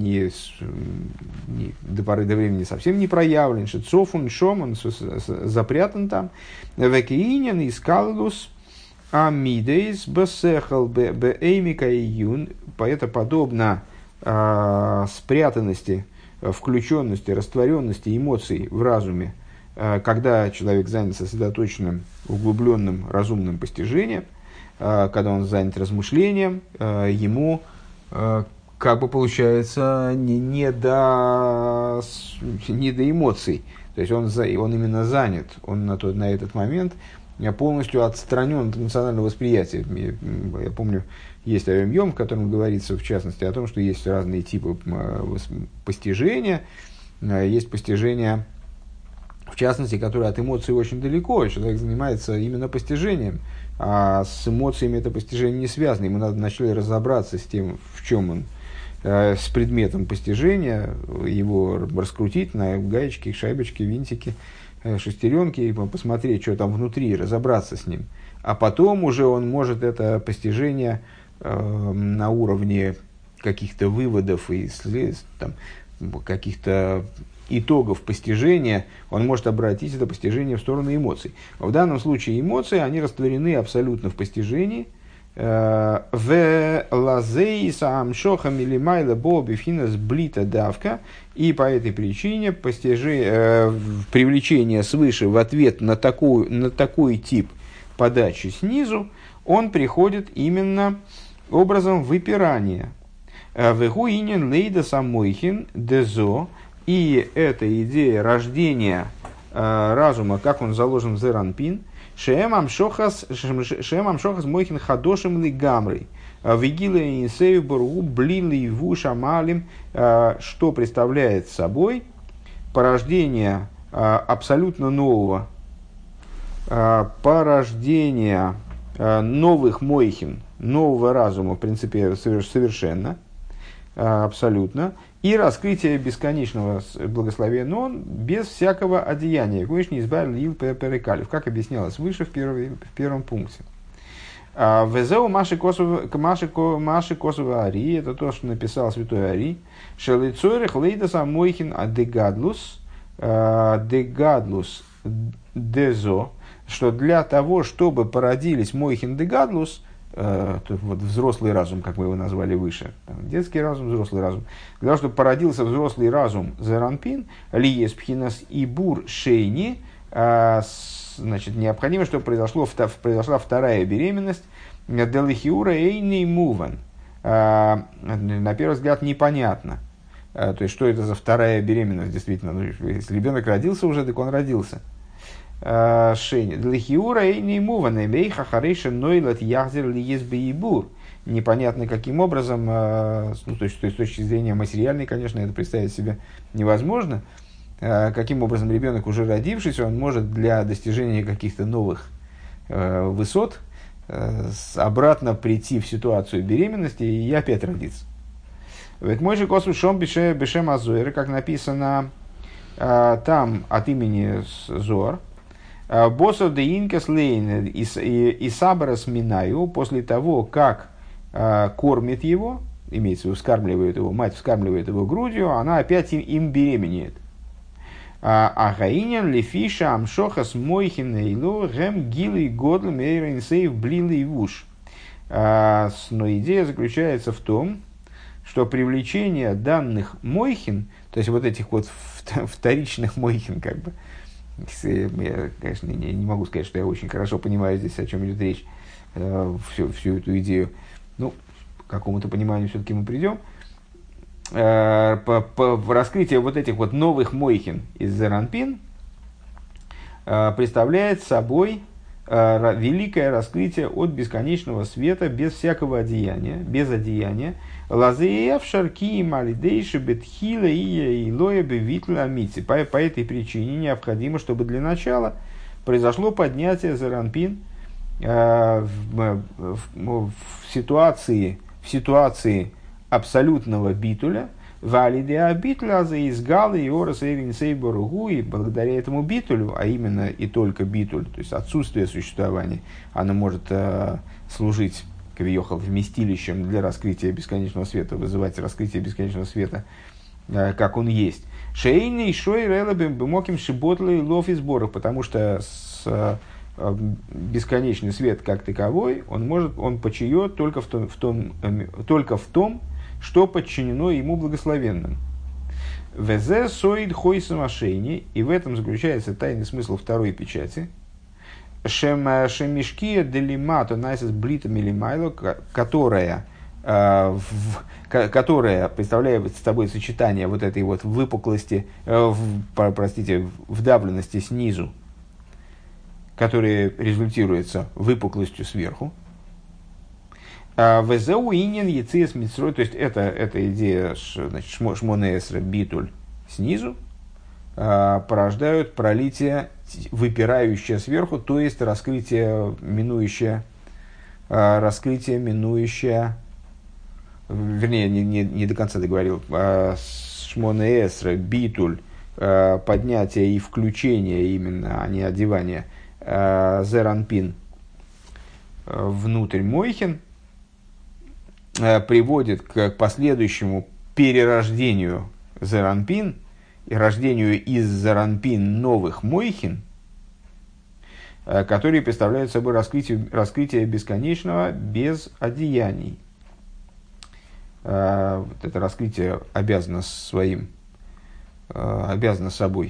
до поры до времени совсем не проявлен, шицофун, шом, он запрятан там. Векиинен и скалдус амидейс бесехал беэймика и юн, это подобно спрятанности, включенности, растворенности эмоций в разуме, когда человек занят сосредоточенным, углубленным, разумным постижением, когда он занят размышлением, ему как бы получается не до эмоций. То есть он именно занят, он на этот момент полностью отстранен от эмоционального восприятия. Я помню, есть Айом-Йом, в котором говорится, в частности, о том, что есть разные типы постижения. Есть постижение, в частности, которое от эмоций очень далеко. Человек занимается именно постижением, а с эмоциями это постижение не связано. Ему надо вначале разобраться с тем, в чем он, с предметом постижения, его раскрутить на гаечки, шайбочки, винтики, шестеренки, и посмотреть, что там внутри, разобраться с ним. А потом уже он может это постижение на уровне каких-то выводов и там, каких-то итогов постижения, он может обратить это постижение в сторону эмоций. В данном случае эмоции, они растворены абсолютно в постижении. В лазей сам шохам или майла бобифинас блита давка, и по этой причине привлечение свыше в ответ на такой тип подачи снизу, он приходит именно образом выпирания. Вегуинен лейда самойхин дезо, и эта идея рождения разума, как он заложен в Зеранпин, шеэмам шохас мойхин хадошим ли гамрой, вигиле инсею боргу блили ву шамалим, что представляет собой порождение абсолютно нового, порождение новых мойхин, нового разума, в принципе, совершенно, абсолютно, и раскрытие бесконечного благословения, но он без всякого одеяния. Гуишни избавил ил перекалив, как объяснялось выше в первом пункте. Везеу маши косова ари, это то, что написал святой Ари, шелицойрих лейдаса мойхин адегадлус дезо, что для того, чтобы породились мойхин дегадлус, вот взрослый разум, как мы его назвали выше, детский разум, взрослый разум. Для того, чтобы породился взрослый разум Зеранпин, лиес пхинас и бур шейни, значит, необходимо, чтобы произошла вторая беременность, делихиура эйни муван. На первый взгляд непонятно. То есть, что это за вторая беременность, действительно. Ну, если ребенок родился уже, так он родился. Непонятно каким образом, ну, то есть с точки зрения материальной, конечно, это представить себе невозможно. Каким образом ребенок, уже родившись, он может для достижения каких-то новых высот обратно прийти в ситуацию беременности и опять родиться. Ведь мой же косу шом бешем азуэр, как написано там от имени Зоар, Боссов де инкас лейн и сабрас минаю, после того, как кормит его, имеется в виду, вскармливает его, мать вскармливает его грудью, она опять им беременеет. А гаинен лефиша амшохас мойхин эйлу гэм гилы годл мейрен сейв блилы вуш. Но идея заключается в том, что привлечение данных мойхин, то есть вот этих вот вторичных мойхин, как бы, я, конечно, не могу сказать, что я очень хорошо понимаю здесь, о чем идет речь, всю эту идею. Ну, к какому-то пониманию все-таки мы придем. По раскрытию вот этих вот новых мойхин из Зеранпин представляет собой великое раскрытие от бесконечного света без всякого одеяния, без одеяния. Лазеев шарки малидейши бетхила и лоя бевитла амити. По этой причине необходимо, чтобы для начала произошло поднятие Зеранпин в ситуации абсолютного битуля, валидеа битуля заизгалы и орас эвинсей боругу, и благодаря этому битулю, а именно и только битуль, то есть отсутствие существования, оно может служить кавиохал вместилищем для раскрытия бесконечного света, вызывать раскрытие бесконечного света, как он есть. Шейный шой релабим бумоким шиботлы лов и сборов, потому что бесконечный свет как таковой, он почиет только в том, что подчинено ему благословенным. Везе соид хой самошейни, и в этом заключается тайный смысл второй печати. Шемишкия делимато найсес блитом или майло, которая представляет собой сочетание вот этой вот выпуклости, вдавленности снизу, которая результируется выпуклостью сверху. Везеу инин яциес митсрой, то есть эта идея, значит, шмонеэсра битуль снизу, порождают пролитие, выпирающее сверху, то есть раскрытие, минующее, вернее, не до конца договорил, шмонеэсра битуль, поднятие и включение именно, а не одевание, зеранпин внутрь мойхин, приводит к последующему перерождению зеранпин и рождению из зеранпин новых мойхин, которые представляют собой раскрытие бесконечного без одеяний. Вот это раскрытие обязано собой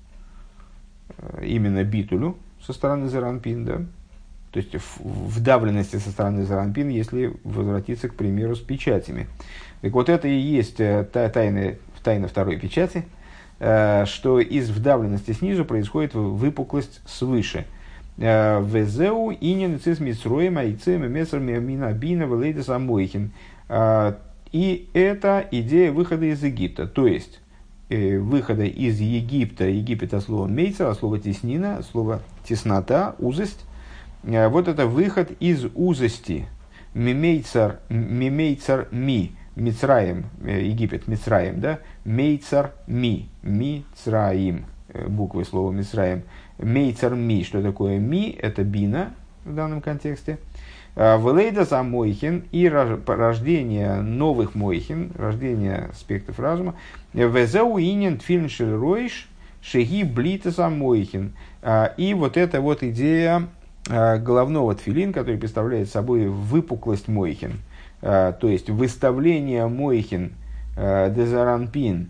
именно битулю со стороны зеранпин, да? То есть вдавленности со стороны зеранпин, если возвратиться, к примеру, с печатями. Так вот, это и есть тайна второй печати, что из вдавленности снизу происходит выпуклость свыше. Везеу инин цис митсроем айцем мессер мина бина велейдес амойхин. И это идея выхода из Египта, то есть выхода из Египта. Египет от слова мейцер, от слова теснина, от слова теснота, узость. Вот это выход из узости. Мимейцар ми, Мицраим, Египет, Мицраим, да? Мейцар ми, Мицраим, буквы слова Мицраим. Мейцар ми, что такое ми? Это бина в данном контексте. Велейда за мойхин и рождение новых мойхин, рождение аспектов разума. Везеу инин тфилин шельройш шеги блита за мойхин. И вот эта вот идея головного тфилин, который представляет собой выпуклость мойхин, то есть выставление мойхин дезаранпин,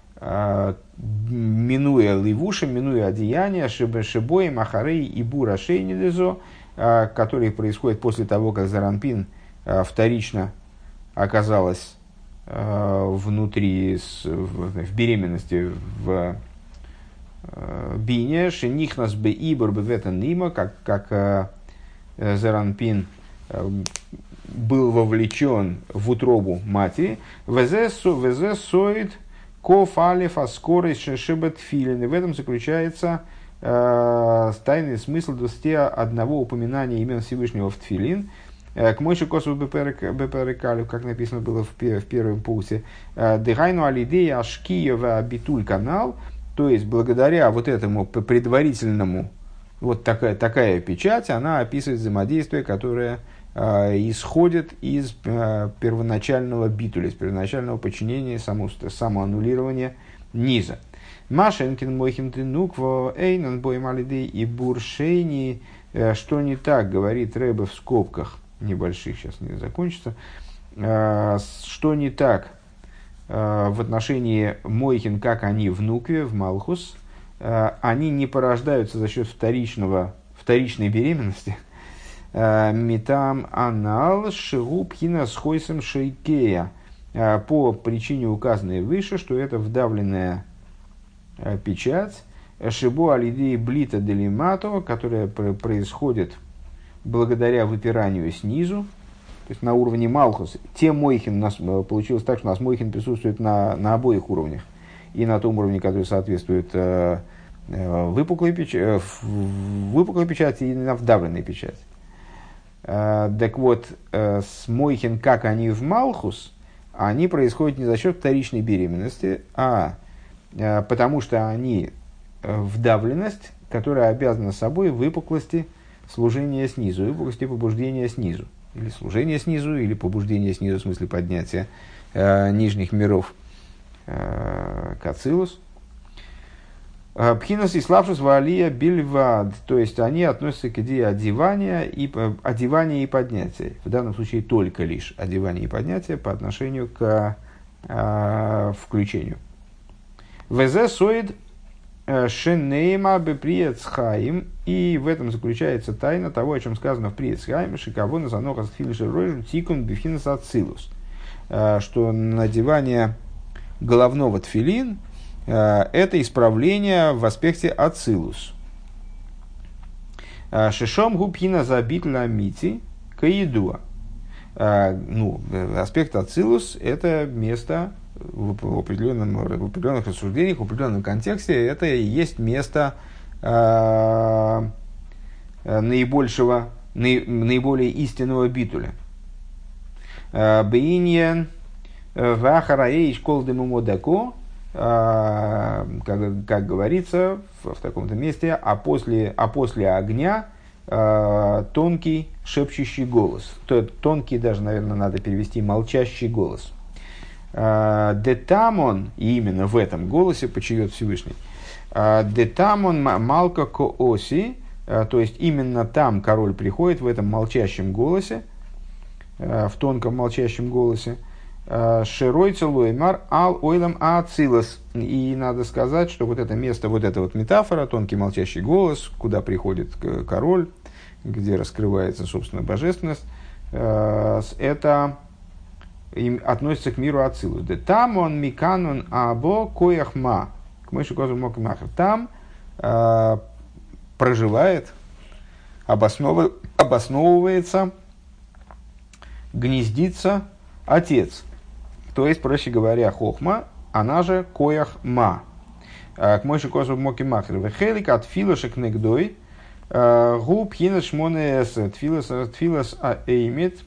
минуя ливуши, минуя одеяния, шибои, махарей и бура шейни дезо, которые происходят после того, как заранпин вторично оказалась внутри, в беременности, в бине, шенихнас бе ибор беветан нима, как зеранпин был вовлечен в утробу матери, везе соид коф алиф аскорис шебет филин. И в этом заключается тайный смысл 21 упоминания имен Всевышнего в тфилин. К Мойше Косу Беперекалю, как написано было в первом пункте, Дыхайну алидея ашкиева битуль канал, то есть благодаря вот этому предварительному, Вот такая печать, она описывает взаимодействие, которое исходит из первоначального битуля, из первоначального подчинения, самоаннулирования низа. Машенкин мойхим тынукво эйнан боем алидей и буршейни. Что не так, говорит Рэбе в скобках небольших, сейчас не закончится. Что не так в отношении мойхин, как они в нукве, в малхус, они не порождаются за счет вторичной беременности. Митам анал шигубхина с хойсом шейкея. По причине, указанной выше, что это вдавленная печать, шибу алидеи блита делимато, которая происходит благодаря выпиранию снизу, то есть на уровне малхус. Те мойхин у нас получилось так, что у нас мойхин присутствует на обоих уровнях. И на том уровне, который соответствует выпуклой печати, и на вдавленной печати. Так вот, с мойхин, как они в малхус, они происходят не за счет вторичной беременности, а потому что они вдавленность, которая обязана собой выпуклости служения снизу, выпуклости побуждения снизу. Или служение снизу, или побуждение снизу, в смысле поднятия нижних миров к Ацилус. Пхинас и славшус валия бильвад, то есть они относятся к идее одевания и поднятия. В данном случае только лишь одевание и поднятие по отношению к включению. Везе соид шенейма беприецхаим, и в этом заключается тайна того, о чем сказано в приецхаиме, шикавона занохас тфилишер ройжу тикун бифинас ацилус, что надевание головного тфилин это исправление в аспекте ацилус. Шишом губхина забитла мити каидуа. Аспект ацилус это место в определенных рассуждениях, в определенном контексте, это и есть место наиболее истинного битуля. Бейньен вахараэйш колдемумодако, как говорится в таком-то месте, а после огня тонкий шепчущий голос. Тонкий даже, наверное, надо перевести молчащий голос. Детамон, и именно в этом голосе почует Всевышний. Детамон малка кооси, то есть именно там король приходит, в этом молчащем голосе, в тонком молчащем голосе. Широйца лоймар ал ойлам ацилас. И надо сказать, что вот это место, вот эта вот метафора, тонкий молчащий голос, куда приходит король, где раскрывается, собственно, божественность, это относится к миру ацилус. Де там он миканон або кояхма. К мыши козу мокмахер. Там проживает, обосновывается, гнездится отец. То есть, проще говоря, хохма, она же кояхма. К мыши козу мокмахер. Вехелик от филошек негдой. Губ хинес шмонес тфилас аэймит.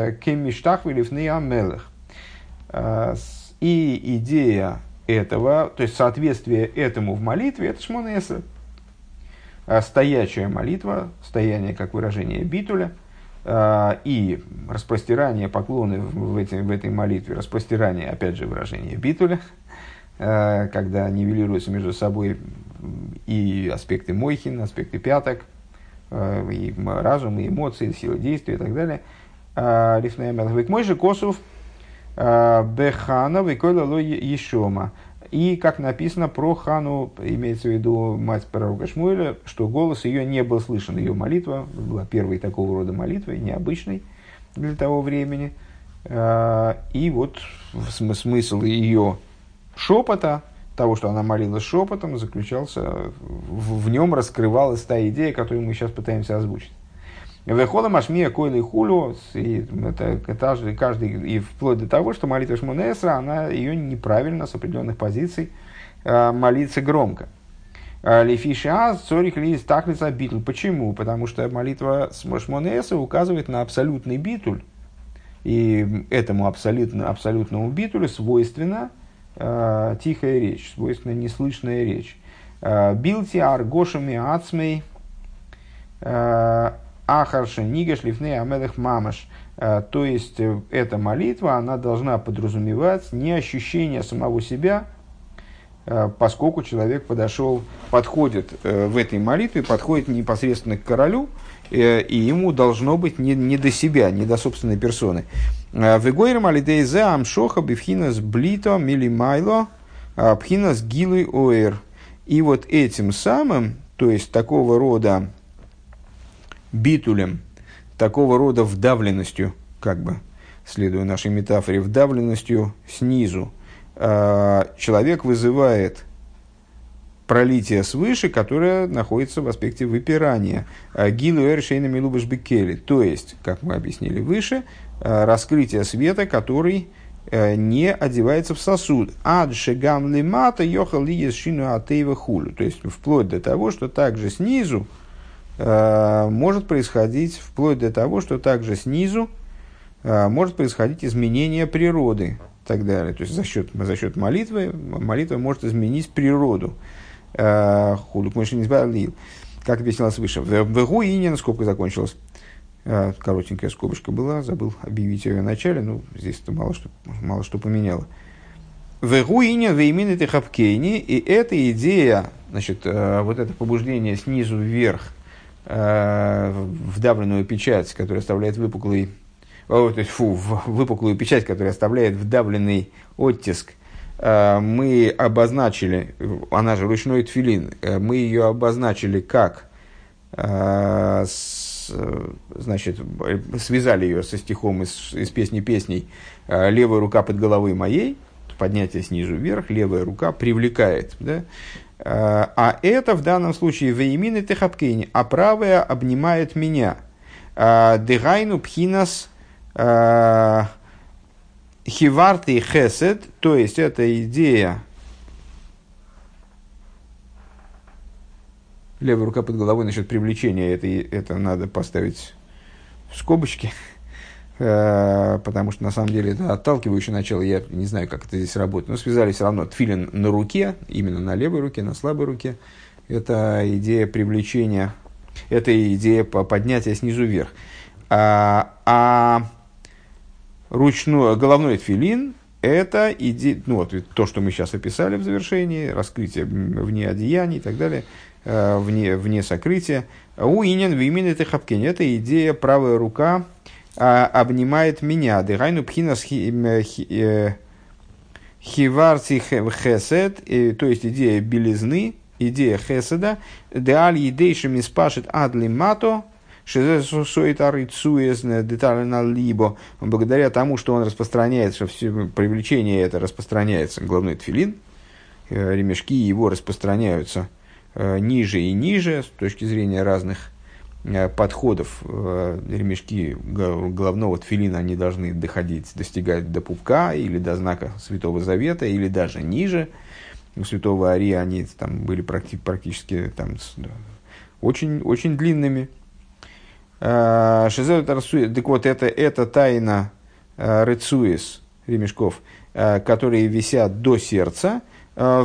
И идея этого, то есть соответствие этому в молитве, это шмонеса. Стоячая молитва, стояние как выражение битуля, и распростирание поклоны в этой молитве, распростирание, опять же, выражение битуля, когда нивелируются между собой и аспекты мойхин, аспекты пяток, и разум, и эмоции, сила действия и так далее. Мой же Косов Бехана Викойла Ло Ешома. И как написано про Хану, имеется в виду мать пророка Шмуэля, что голос ее не был слышен. Ее молитва была первой такого рода молитвой, необычной для того времени. И вот смысл ее шепота, того, что она молилась шепотом, заключался, в нем раскрывалась та идея, которую мы сейчас пытаемся озвучить. Вехола машмия койли хулю, и это каждый, и вплоть до того, что молитва Шмона Эсра, она ее неправильно с определенных позиций молиться громко. Лефиша цорих лиз тахлица битуль. Почему? Потому что молитва Шмона Эсра указывает на абсолютный битуль, и этому абсолютному битулю свойственна тихая речь, свойственна неслышная речь. Билти аргошами ацмей. Ахарша нигаш лифней амелех мамаш. То есть, эта молитва, она должна подразумевать не ощущение самого себя, поскольку человек подходит в этой молитве, подходит непосредственно к королю, и ему должно быть не до себя, не до собственной персоны. Вегойрам алидейзе амшоха бифхинас блито милимайло пхинас гилы оэр. И вот этим самым, то есть такого рода битулем, такого рода вдавленностью, как бы, следуя нашей метафоре, вдавленностью снизу, человек вызывает пролитие свыше, которое находится в аспекте выпирания. Гилу эршейна милубаш бекели. То есть, как мы объяснили выше, раскрытие света, который не одевается в сосуд. Ад шегам лимата йохал ли шину атеева хулю. То есть, вплоть до того, что также снизу может происходить, может происходить изменение природы и так далее. То есть, за счет молитвы, молитва может изменить природу. Хулюк мыши не избавил. Как объяснялось выше. В Гуине, скобка закончилась. Коротенькая скобочка была, забыл объявить ее в начале, но здесь это мало что поменяло. В Гуине, в имени Техапкейни, и эта идея, значит, вот это побуждение снизу вверх, вдавленную печать, которая оставляет выпуклую печать, которая оставляет вдавленный оттиск, мы обозначили, она же ручной тфилин, мы ее обозначили как, значит, связали ее со стихом из песни песней «Левая рука под головой моей», поднятие снизу вверх, левая рука привлекает, да? А это в данном случае «Веимины техапкейни», а правая обнимает меня. «Дегайну пхинас хиварты хесед», то есть это идея, левая рука под головой насчет привлечения, это надо поставить в скобочки, потому что на самом деле это отталкивающее начало, я не знаю, как это здесь работает, но связали все равно тфилин на руке, именно на левой руке, на слабой руке, это идея привлечения, это идея поднятия снизу вверх. Головной тфилин – это идея, то, что мы сейчас описали в завершении, раскрытие вне одеяний и так далее, вне сокрытия. Уинен вимин это хапкень – это идея правая рука обнимает меня. Дегайну пхинас хиварти хесед, то есть идея белизны, идея хеседа. Деаль едейшим испашет адли мато. Благодаря тому, что он распространяется, что все привлечение это распространяется, головной тфилин, ремешки его распространяются ниже и ниже, с точки зрения разных подходов. Ремешки головного тфилина, они должны достигать до пупка, или до знака Святого Завета, или даже ниже. У Святого Ария они там были практически там, очень, очень длинными. Так вот, это тайна рецуис, ремешков, которые висят до сердца. То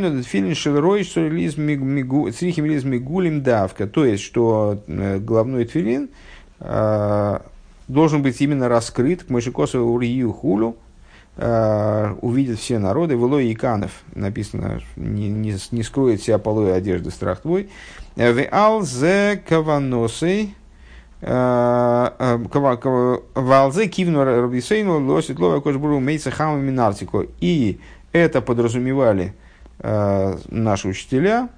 есть, что головной тфилин должен быть именно раскрыт, к Мошекосу Урию Хулю, увидят все народы, Вело и Иканов, написано, не скроет себя полой одежды страх твой. Веал зе каваносей. Валзе кивну рабисейну лосит лова кошбуру мейца хама минартико. И это подразумевали наши учителя,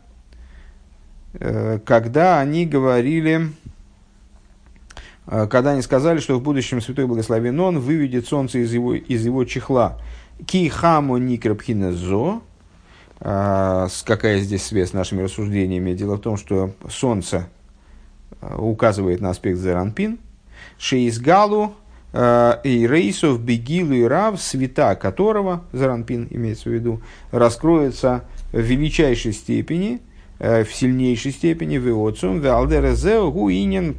когда они говорили, когда они сказали, что в будущем Святой Благословен Он выведет солнце из его чехла. Ки хаму никрапхина зо. Какая здесь связь с нашими рассуждениями? Дело в том, что солнце указывает на аспект Зеранпин. Шеизгалу и рейсов бегилу и рав, света которого, Зеранпин имеется в виду, раскроется в величайшей степени, в сильнейшей степени, в иоцум, в алдерезеу, гу иньян,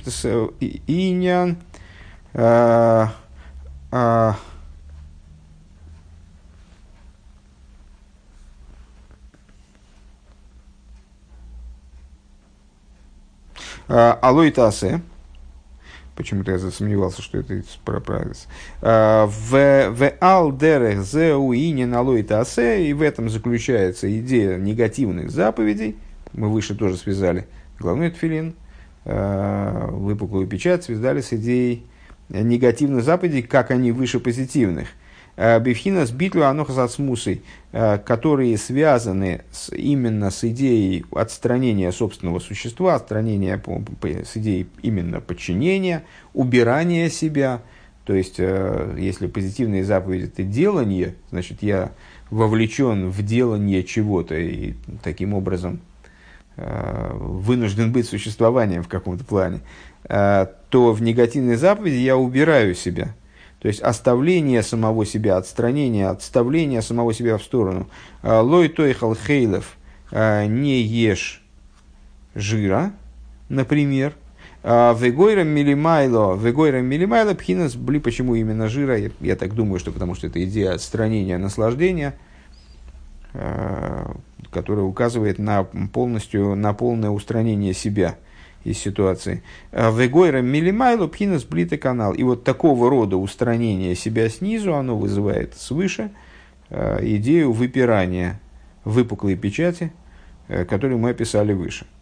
Алой тасе. Почему-то я засомневался, что это правильно. В алдерех зеуинин алой тасе. И в этом заключается идея негативных заповедей. Мы выше тоже связали главной тфилин, выпуклую печать, связали с идеей негативных заповедей, как они выше позитивных. Бифхина с битлю анохас ацмусой, которые связаны именно с идеей отстранения собственного существа, отстранения с идеей именно подчинения, убирания себя. То есть, если позитивные заповеди – это делание, значит, я вовлечен в делание чего-то и таким образом вынужден быть существованием в каком-то плане, то в негативной заповеди я убираю себя. То есть оставление самого себя, отставление самого себя в сторону. Лой тойхал хейлов, не ешь жира, например. Вегойрам милимайло пхинас бли. Почему именно жира? Я так думаю, что потому что это идея отстранения, наслаждения, которая указывает на полное устранение себя из ситуации. Вегойрам милимайло пхинас блита канал. И вот такого рода устранение себя снизу, оно вызывает свыше идею выпирания выпуклой печати, которую мы описали выше.